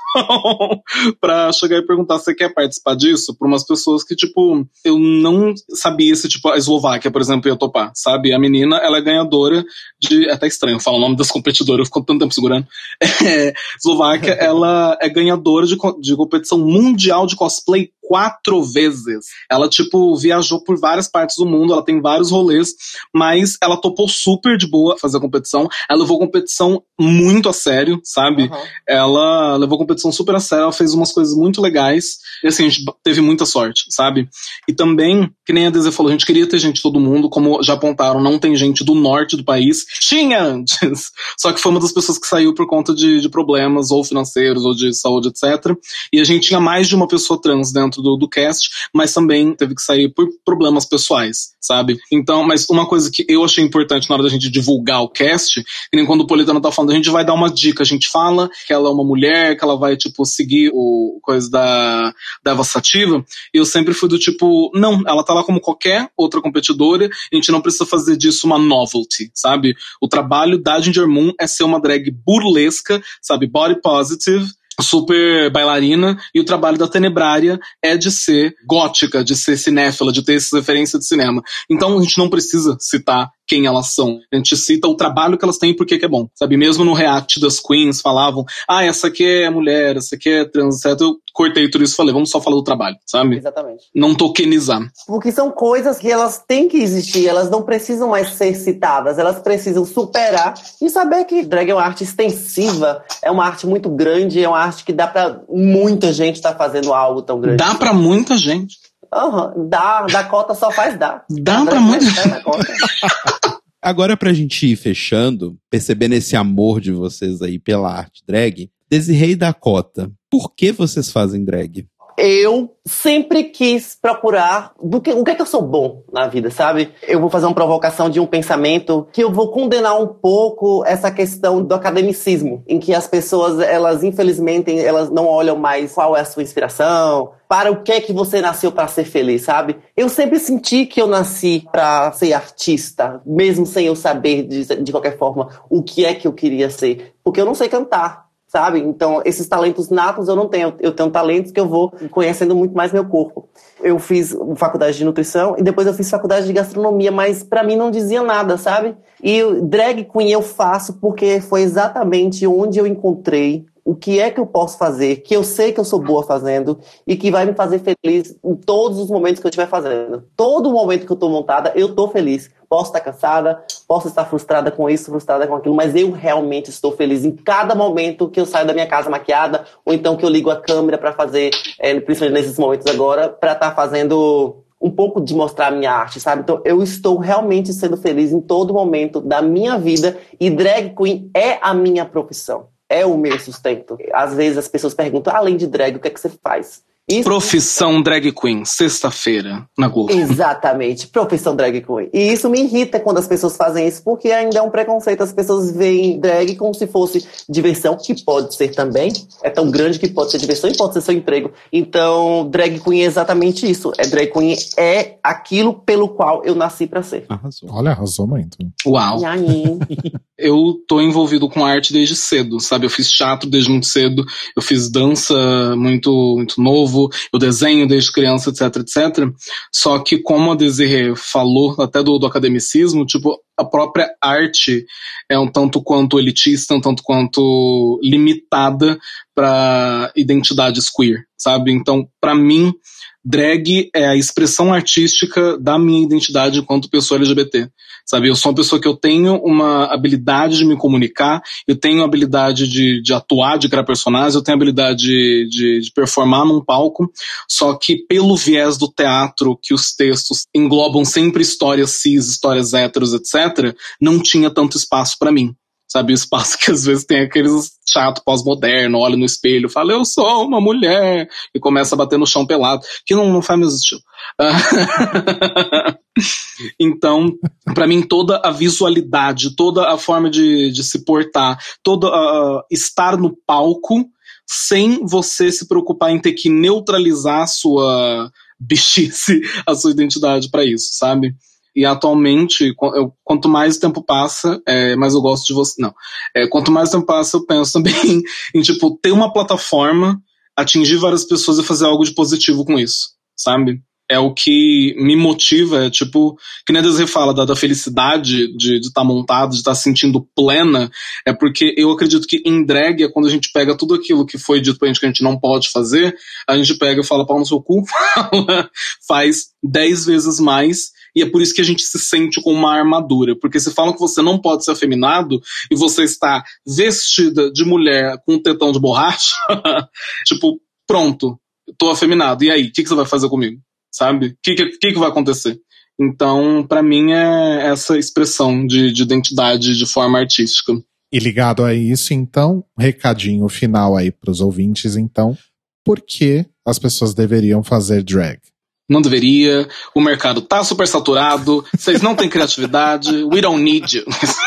pra chegar e perguntar, você quer participar disso? Pra umas pessoas que, tipo, eu não sabia se, tipo, a Eslováquia, por exemplo, ia topar, sabe? A menina, ela é ganhadora de... É até estranho falar o nome das competidoras, eu fico tanto tempo segurando. É, Eslováquia, ela é ganhadora de, de competição mundial de cosplay quatro vezes. Ela, tipo, viajou por várias partes do mundo, ela tem vários rolês, mas ela topou super de boa fazer a competição. Ela levou a competição muito a sério, sabe? Uhum. Ela levou a competição super a sério, ela fez umas coisas muito legais, e assim, a gente teve muita sorte, sabe? E também, que nem a Dezê falou, a gente queria ter gente de todo mundo, como já apontaram, não tem gente do norte do país. Tinha antes! Só que foi uma das pessoas que saiu por conta de, de problemas, ou financeiros, ou de saúde, etcétera. E a gente tinha mais de uma pessoa trans dentro Do, do cast, mas também teve que sair por problemas pessoais, sabe? Então, mas uma coisa que eu achei importante na hora da gente divulgar o cast, que nem quando o Politano tá falando, a gente vai dar uma dica, a gente fala que ela é uma mulher, que ela vai, tipo, seguir o coisa da, da Eva Sativa, e eu sempre fui do tipo, não, ela tá lá como qualquer outra competidora, a gente não precisa fazer disso uma novelty, sabe? O trabalho da Ginger Moon é ser uma drag burlesca, sabe? Body positive, super bailarina, e o trabalho da Tenebrária é de ser gótica, de ser cinéfila, de ter essa referência de cinema. Então a gente não precisa citar quem elas são. A gente cita o trabalho que elas têm e por que é bom. Sabe, mesmo no react das queens falavam, ah, essa aqui é mulher, essa aqui é trans, etcétera. Eu cortei tudo isso e falei, vamos só falar do trabalho, sabe? Exatamente. Não tokenizar. Porque são coisas que elas têm que existir, elas não precisam mais ser citadas, elas precisam superar e saber que drag é uma arte extensiva, é uma arte muito grande, é uma arte que dá pra muita gente estar tá fazendo algo tão grande. Dá pra muita gente. Uhum. Dá, Dakota só faz dar. Dá pra muita gente. Agora, pra gente ir fechando, percebendo esse amor de vocês aí pela arte drag, Desirê e Dakota, por que vocês fazem drag? Eu sempre quis procurar do que, o que é que eu sou bom na vida, sabe? Eu vou fazer uma provocação de um pensamento que eu vou condenar um pouco essa questão do academicismo, em que as pessoas, elas infelizmente, elas não olham mais qual é a sua inspiração, para o que é que você nasceu para ser feliz, sabe? Eu sempre senti que eu nasci para ser artista, mesmo sem eu saber de, de qualquer forma o que é que eu queria ser, porque eu não sei cantar. Sabe? Então, esses talentos natos eu não tenho. Eu tenho talentos que eu vou conhecendo muito mais meu corpo. Eu fiz faculdade de nutrição e depois eu fiz faculdade de gastronomia, mas pra mim não dizia nada, sabe? E drag queen eu faço porque foi exatamente onde eu encontrei o que é que eu posso fazer, que eu sei que eu sou boa fazendo e que vai me fazer feliz em todos os momentos que eu estiver fazendo. Todo momento que eu tô montada, eu tô feliz. Posso estar cansada, posso estar frustrada com isso, frustrada com aquilo, mas eu realmente estou feliz em cada momento que eu saio da minha casa maquiada, ou então que eu ligo a câmera pra fazer, é, principalmente nesses momentos agora, pra estar fazendo um pouco de mostrar a minha arte, sabe? Então eu estou realmente sendo feliz em todo momento da minha vida e drag queen é a minha profissão, é o meu sustento. Às vezes as pessoas perguntam, além de drag, o que é que você faz? Isso... Profissão drag queen, sexta-feira, na Globo. Exatamente, profissão drag queen. E isso me irrita quando as pessoas fazem isso, porque ainda é um preconceito. As pessoas veem drag como se fosse diversão, que pode ser também. É tão grande que pode ser diversão e pode ser seu emprego. Então, drag queen é exatamente isso. É, drag queen é aquilo pelo qual eu nasci pra ser. Arrasou. Olha, arrasou muito. Uau. Eu tô envolvido com arte desde cedo, sabe? Eu fiz teatro desde muito cedo, eu fiz dança muito, muito novo, eu desenho desde criança, etc, etcétera. Só que, como a Desirê falou, até do, do academicismo, tipo, a própria arte é um tanto quanto elitista, um tanto quanto limitada para identidades queer, sabe? Então, para mim, drag é a expressão artística da minha identidade enquanto pessoa L G B T, sabe? Eu sou uma pessoa que eu tenho uma habilidade de me comunicar, eu tenho habilidade de, de atuar, de criar personagens, eu tenho habilidade de, de, de performar num palco, só que pelo viés do teatro, que os textos englobam sempre histórias cis, histórias héteros, etcétera, não tinha tanto espaço pra mim. Sabe, o espaço que às vezes tem aqueles chato pós-moderno, olha no espelho, fala, eu sou uma mulher, e começa a bater no chão pelado, que não, não faz meu estilo. Então, pra mim, toda a visualidade, toda a forma de, de se portar, todo uh, estar no palco, sem você se preocupar em ter que neutralizar a sua bichice, a sua identidade pra isso, sabe? E atualmente, eu, quanto mais o tempo passa, é, mais eu gosto de você. Não. É, quanto mais o tempo passa, eu penso também em, tipo, ter uma plataforma, atingir várias pessoas e fazer algo de positivo com isso, sabe? É o que me motiva, é tipo, que nem a Desirê fala, da, da felicidade de estar tá montado, de estar tá sentindo plena, é porque eu acredito que em drag é quando a gente pega tudo aquilo que foi dito pra gente que a gente não pode fazer, a gente pega e fala, pau no seu cu, faz dez vezes mais, e é por isso que a gente se sente com uma armadura, porque se falam que você não pode ser afeminado, e você está vestida de mulher com um tetão de borracha, tipo, pronto, tô afeminado, e aí, o que, que você vai fazer comigo? Sabe? O que, que, que vai acontecer? Então, pra mim, é essa expressão de, de identidade de forma artística. E ligado a isso, então, recadinho final aí pros ouvintes, então, por que as pessoas deveriam fazer drag? Não deveria, o mercado tá super saturado, vocês não têm criatividade, we don't need you.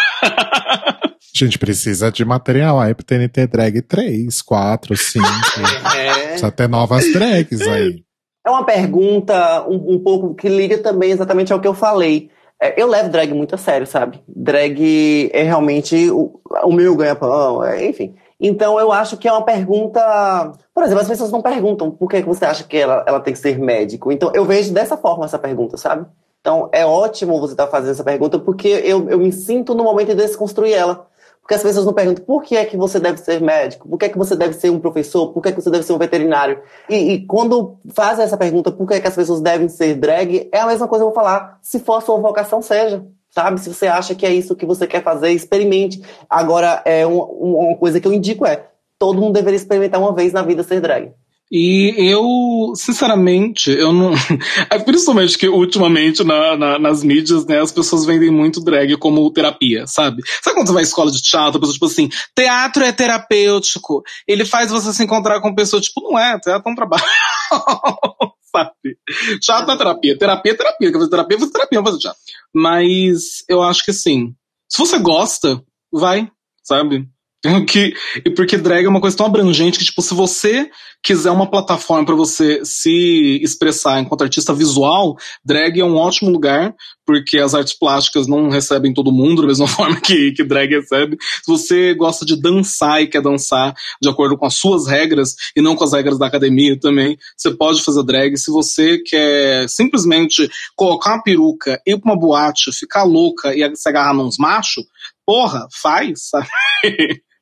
A gente precisa de material aí pro T N T Drag três, quatro, cinco. É. Precisa ter novas drags aí. É uma pergunta um, um pouco que liga também exatamente ao que eu falei. É, eu levo drag muito a sério, sabe? Drag é realmente o, o meu ganha-pão, é, enfim. Então eu acho que é uma pergunta... Por exemplo, as pessoas não perguntam por que você acha que ela, ela tem que ser médico. Então eu vejo dessa forma essa pergunta, sabe? Então é ótimo você estar fazendo essa pergunta porque eu, eu me sinto no momento de desconstruir ela. Porque as pessoas não perguntam por que é que você deve ser médico, por que é que você deve ser um professor, por que é que você deve ser um veterinário. E, e quando fazem essa pergunta, por que é que as pessoas devem ser drag, é a mesma coisa que eu vou falar. Se for a sua vocação, seja. Sabe? Se você acha que é isso que você quer fazer, experimente. Agora, é uma, uma coisa que eu indico é, todo mundo deveria experimentar uma vez na vida ser drag. E eu, sinceramente, eu não... É principalmente que ultimamente na, na, nas mídias, né, as pessoas vendem muito drag como terapia, sabe? Sabe quando você vai à escola de teatro, a pessoa tipo assim, teatro é terapêutico, ele faz você se encontrar com pessoas, tipo, não é, teatro é um trabalho. Sabe? Teatro não é terapia, terapia é terapia, quer fazer terapia, fazer terapia, não fazer teatro. Mas eu acho que assim, se você gosta, vai, sabe? Que, e porque drag é uma coisa tão abrangente que, tipo, se você quiser uma plataforma para você se expressar enquanto artista visual, drag é um ótimo lugar, porque as artes plásticas não recebem todo mundo da mesma forma que, que drag recebe. Se você gosta de dançar e quer dançar de acordo com as suas regras e não com as regras da academia também, você pode fazer drag. Se você quer simplesmente colocar uma peruca, ir pra uma boate, ficar louca e se agarrar nos machos, porra, faz, sabe?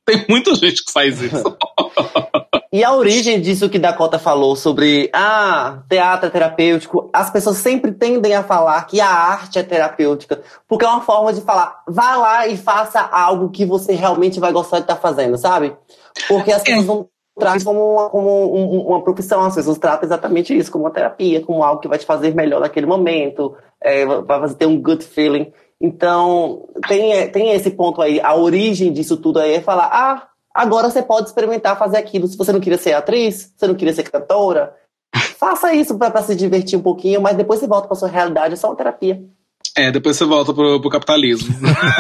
Tem muita gente que faz isso. E a origem disso que Dakota falou sobre ah, teatro é terapêutico, as pessoas sempre tendem a falar que a arte é terapêutica, porque é uma forma de falar, vá lá e faça algo que você realmente vai gostar de estar fazendo, sabe? Porque as pessoas não tratam como uma, como um, uma profissão, as pessoas tratam exatamente isso, como uma terapia, como algo que vai te fazer melhor naquele momento, é, vai fazer ter um good feeling. Então, tem, tem esse ponto aí, a origem disso tudo aí é falar, ah, agora você pode experimentar fazer aquilo. Se você não queria ser atriz, você não queria ser cantora, faça isso pra, pra se divertir um pouquinho, mas depois você volta pra sua realidade, é só uma terapia. É, depois você volta pro, pro capitalismo.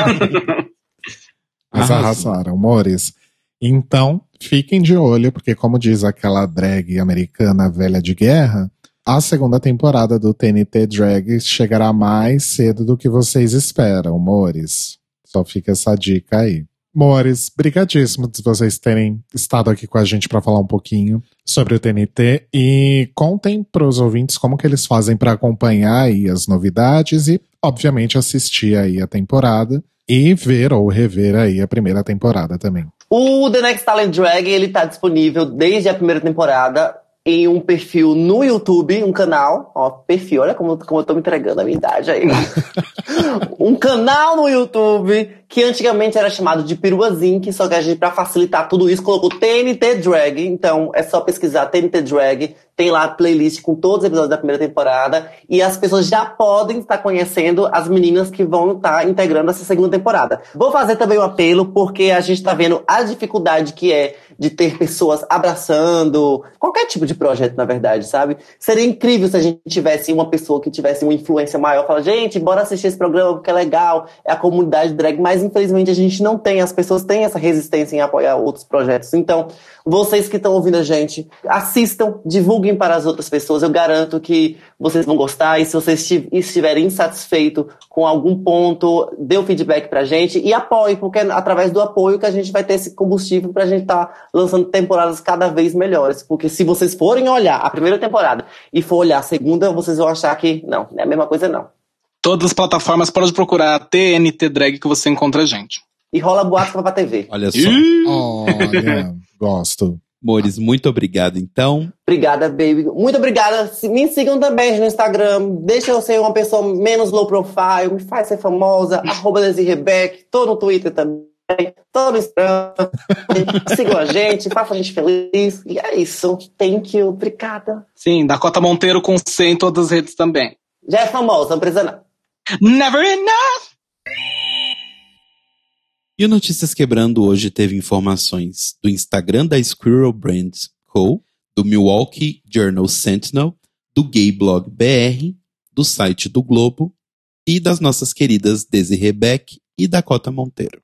Mas arrasaram, amores. Então, fiquem de olho, porque como diz aquela drag americana velha de guerra, a segunda temporada do T N T Drag chegará mais cedo do que vocês esperam, amores. Só fica essa dica aí. Amores, brigadíssimo de vocês terem estado aqui com a gente para falar um pouquinho sobre o T N T e contem para os ouvintes como que eles fazem para acompanhar aí as novidades e, obviamente, assistir aí a temporada e ver ou rever aí a primeira temporada também. O The Next Talent Drag, ele tá disponível desde a primeira temporada em um perfil no YouTube, um canal, ó, perfil, olha como, como eu tô me entregando a minha idade aí. Um canal no YouTube que antigamente era chamado de Peruazinc, só que a gente, pra facilitar tudo isso, colocou T N T Drag. Então é só pesquisar T N T Drag, tem lá a playlist com todos os episódios da primeira temporada e as pessoas já podem estar conhecendo as meninas que vão estar integrando essa segunda temporada. Vou fazer também um apelo, porque a gente tá vendo a dificuldade que é de ter pessoas abraçando qualquer tipo de projeto, na verdade, sabe? Seria incrível se a gente tivesse uma pessoa que tivesse uma influência maior, fala, gente, bora assistir esse programa porque é legal, é a comunidade drag, mas infelizmente a gente não tem, as pessoas têm essa resistência em apoiar outros projetos. Então, vocês que estão ouvindo a gente, assistam, divulguem para as outras pessoas, eu garanto que vocês vão gostar, e se vocês estiverem insatisfeitos com algum ponto, dê o feedback pra gente e apoie, porque é através do apoio que a gente vai ter esse combustível pra gente estar tá lançando temporadas cada vez melhores, porque se vocês forem olhar a primeira temporada e for olhar a segunda, vocês vão achar que não, não é a mesma coisa não. Todas as plataformas, pode procurar T N T Drag que você encontra a gente. E rola boato pra T V. Olha só. Olha, gosto. Amores, muito obrigado, então. Obrigada, baby. Muito obrigada. Me sigam também no Instagram. Deixa eu ser uma pessoa menos low profile. Me faz ser famosa. Arroba Desirebec. Tô no Twitter também. Tô no Instagram. Sigam a gente. Façam a gente feliz. E é isso. Thank you. Obrigada. Sim, Dakota Monteiro com C em todas as redes também. Já é famosa, não precisa não. Never enough! E o Notícias Quebrando hoje teve informações do Instagram da Squirrel Brand Co., do Milwaukee Journal Sentinel, do Gay Blog B R, do site do Globo e das nossas queridas Desiree Beck e Dakota Monteiro.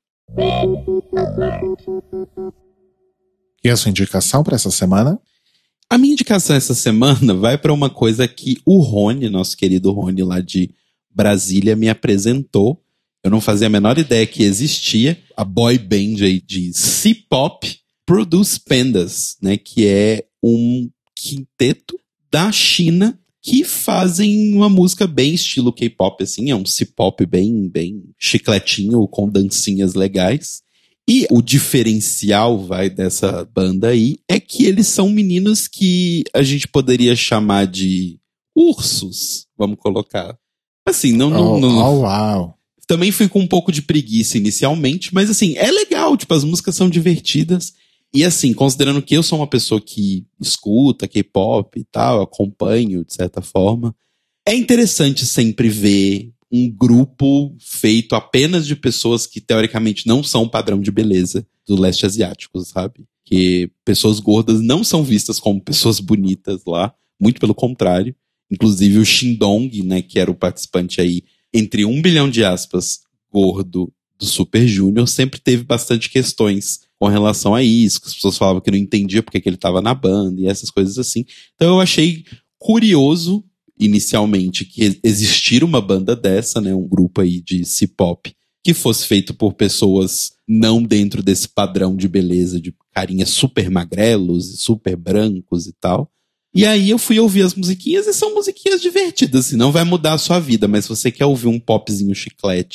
E a sua indicação para essa semana? A minha indicação essa semana vai para uma coisa que o Rony, nosso querido Rony lá de Brasília, me apresentou. Eu não fazia a menor ideia que existia a boy band aí de C-pop Produce Pandas, né, que é um quinteto da China que fazem uma música bem estilo K-pop, assim, é um C-pop bem, bem chicletinho, com dancinhas legais. E o diferencial, vai, dessa banda aí é que eles são meninos que a gente poderia chamar de ursos, vamos colocar. Assim, não... não, oh, não... oh, uau! Também fui com um pouco de preguiça inicialmente, mas assim, é legal, tipo, as músicas são divertidas. E assim, considerando que eu sou uma pessoa que escuta K-pop e tal, acompanho de certa forma, é interessante sempre ver um grupo feito apenas de pessoas que teoricamente não são padrão de beleza do leste asiático, sabe? Que pessoas gordas não são vistas como pessoas bonitas lá, muito pelo contrário. Inclusive o Shindong, né, que era o participante aí, entre um bilhão de aspas, gordo do Super Junior, sempre teve bastante questões com relação a isso, que as pessoas falavam que não entendia porque que ele estava na banda e essas coisas assim. Então eu achei curioso, inicialmente, que existir uma banda dessa, né, um grupo aí de C-pop, que fosse feito por pessoas não dentro desse padrão de beleza, de carinhas super magrelos e super brancos e tal. E aí eu fui ouvir as musiquinhas e são musiquinhas divertidas, assim, não vai mudar a sua vida, mas se você quer ouvir um popzinho chiclete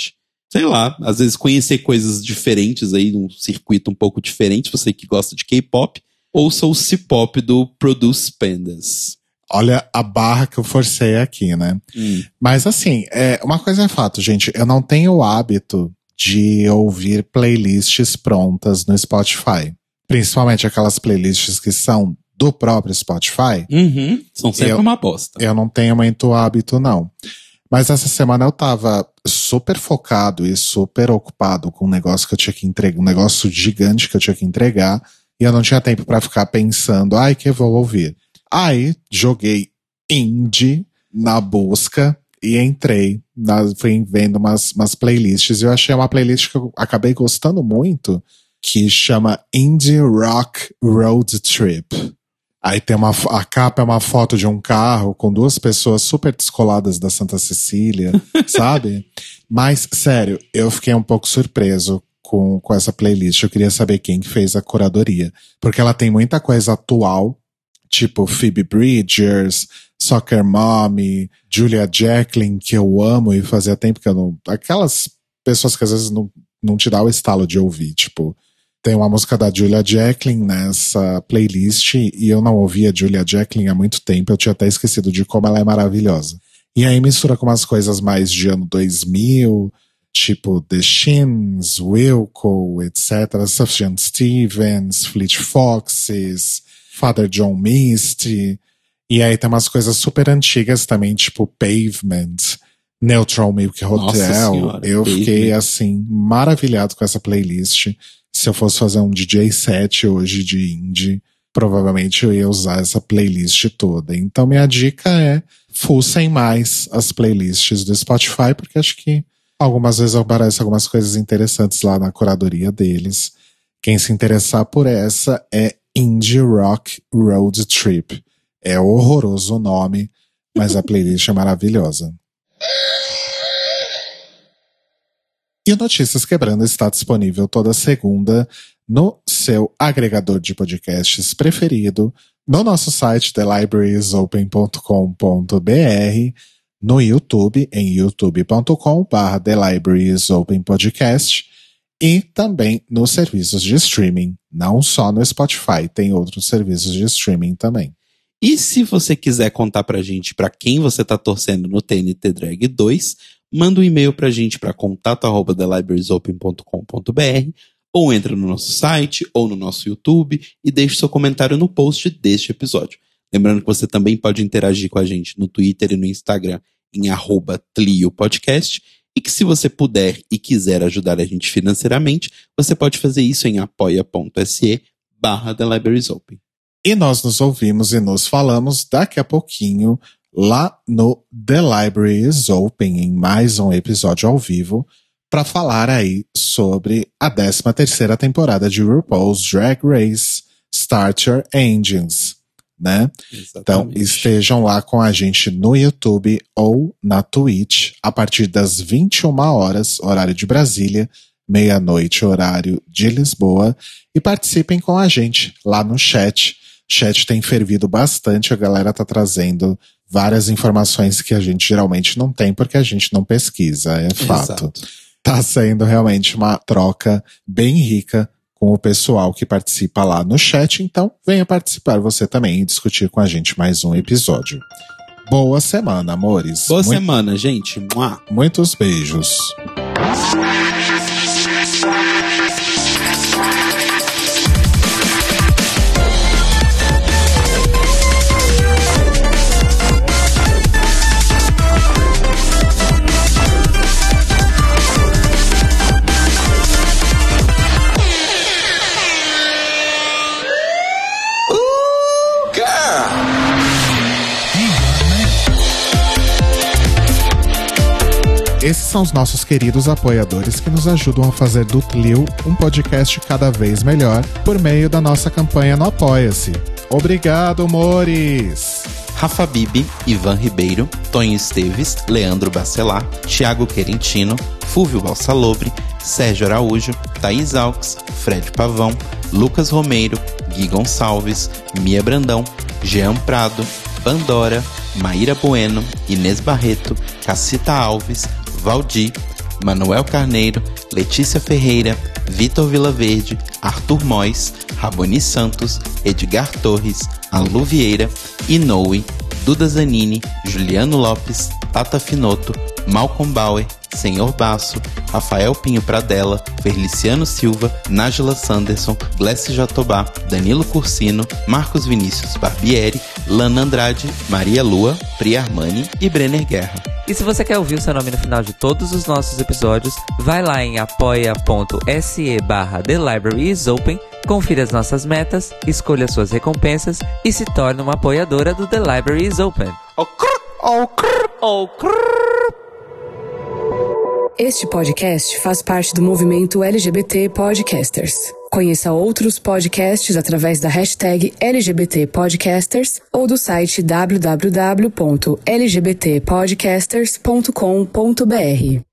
sei lá, às vezes conhecer coisas diferentes aí, um circuito um pouco diferente, você que gosta de K-pop, ouça o C-pop do Produce Pandas. Olha a barra que eu forcei aqui, né? Hum. Mas assim, é, uma coisa é fato, gente, eu não tenho o hábito de ouvir playlists prontas no Spotify. Principalmente aquelas playlists que são do próprio Spotify. Uhum, são sempre eu, uma bosta. Eu não tenho muito hábito, não. Mas essa semana eu tava super focado e super ocupado com um negócio que eu tinha que entregar, um negócio gigante que eu tinha que entregar, e eu não tinha tempo pra ficar pensando, ai, que eu vou ouvir. Aí, joguei indie na busca e entrei, na, fui vendo umas, umas playlists, e eu achei uma playlist que eu acabei gostando muito, que chama Indie Rock Road Trip. Aí tem uma, a capa é uma foto de um carro com duas pessoas super descoladas da Santa Cecília, sabe? Mas, sério, eu fiquei um pouco surpreso com, com essa playlist. Eu queria saber quem fez a curadoria. Porque ela tem muita coisa atual, tipo Phoebe Bridgers, Soccer Mommy, Julia Jacklin, que eu amo e fazia tempo que eu não... Aquelas pessoas que às vezes não, não te dá o estalo de ouvir, tipo... Tem uma música da Julia Jacklin nessa playlist e eu não ouvia Julia Jacklin há muito tempo, eu tinha até esquecido de como ela é maravilhosa. E aí mistura com umas coisas mais de ano dois mil, tipo The Shins, Wilco, etcétera, Sufjan Stevens, Fleet Foxes, Father John Misty. E aí tem umas coisas super antigas também, tipo Pavement, Neutral Milk Hotel. Senhora, eu Pavement. Fiquei assim, maravilhado com essa playlist. Se eu fosse fazer um D J set hoje de indie, provavelmente eu ia usar essa playlist toda. Então minha dica é, fuçem mais as playlists do Spotify, porque acho que algumas vezes aparecem algumas coisas interessantes lá na curadoria deles. Quem se interessar por essa é Indie Rock Road Trip. É horroroso o nome, mas a playlist é maravilhosa. E o Notícias Quebrando está disponível toda segunda no seu agregador de podcasts preferido, no nosso site the libraries open ponto com ponto b r, no YouTube em youtube ponto com barra the libraries open podcast e também nos serviços de streaming, não só no Spotify, tem outros serviços de streaming também. E se você quiser contar pra gente pra quem você tá torcendo no T N T Drag dois, manda um e-mail pra gente pra contato arroba the libraries open ponto com ponto b r ou entra no nosso site ou no nosso YouTube e deixe seu comentário no post deste episódio. Lembrando que você também pode interagir com a gente no Twitter e no Instagram em arroba Tlio Podcast e que se você puder e quiser ajudar a gente financeiramente, você pode fazer isso em apoia.se barra The Libraries Open. E nós nos ouvimos e nos falamos daqui a pouquinho lá no The Library is Open, em mais um episódio ao vivo, para falar aí sobre a décima terceira temporada de RuPaul's Drag Race, Start Your Engines, né? Exatamente. Então estejam lá com a gente no YouTube ou na Twitch a partir das vinte e uma horas, horário de Brasília, meia-noite, horário de Lisboa, e participem com a gente lá no chat. O chat tem fervido bastante, a galera tá trazendo várias informações que a gente geralmente não tem, porque a gente não pesquisa, é fato. Exato. Tá sendo realmente uma troca bem rica com o pessoal que participa lá no chat, então venha participar você também e discutir com a gente mais um episódio. Boa semana, amores. Boa Muito, semana, gente. Mua. muitos beijos. Esses são os nossos queridos apoiadores que nos ajudam a fazer do Tlio um podcast cada vez melhor por meio da nossa campanha no Apoia-se. Obrigado, amores! Rafa Bibi, Ivan Ribeiro, Tonho Esteves, Leandro Bacelar, Thiago Querentino, Fúvio Balsalobre, Sérgio Araújo, Thaís Alves, Fred Pavão, Lucas Romeiro, Gui Gonçalves, Mia Brandão, Jean Prado, Pandora, Maíra Bueno, Inês Barreto, Cacita Alves, Valdir, Manuel Carneiro, Letícia Ferreira, Vitor Vilaverde, Arthur Mois, Raboni Santos, Edgar Torres, Alu Vieira, Inoue, Duda Zanini, Juliano Lopes, Tata Finoto, Malcolm Bauer, Senhor Basso, Rafael Pinho Pradella, Feliciano Silva, Nájila Sanderson, Glessi Jatobá, Danilo Cursino, Marcos Vinícius Barbieri, Lana Andrade, Maria Lua, Pri Armani e Brenner Guerra. E se você quer ouvir o seu nome no final de todos os nossos episódios, vai lá em apoia.se barra The Library is Open, confira as nossas metas, escolha suas recompensas e se torne uma apoiadora do The Library is Open. Oh, crrr, oh, crrr, oh, crrr. Este podcast faz parte do movimento L G B T Podcasters. Conheça outros podcasts através da hashtag L G B T Podcasters ou do site w w w ponto l g b t podcasters ponto com ponto b r.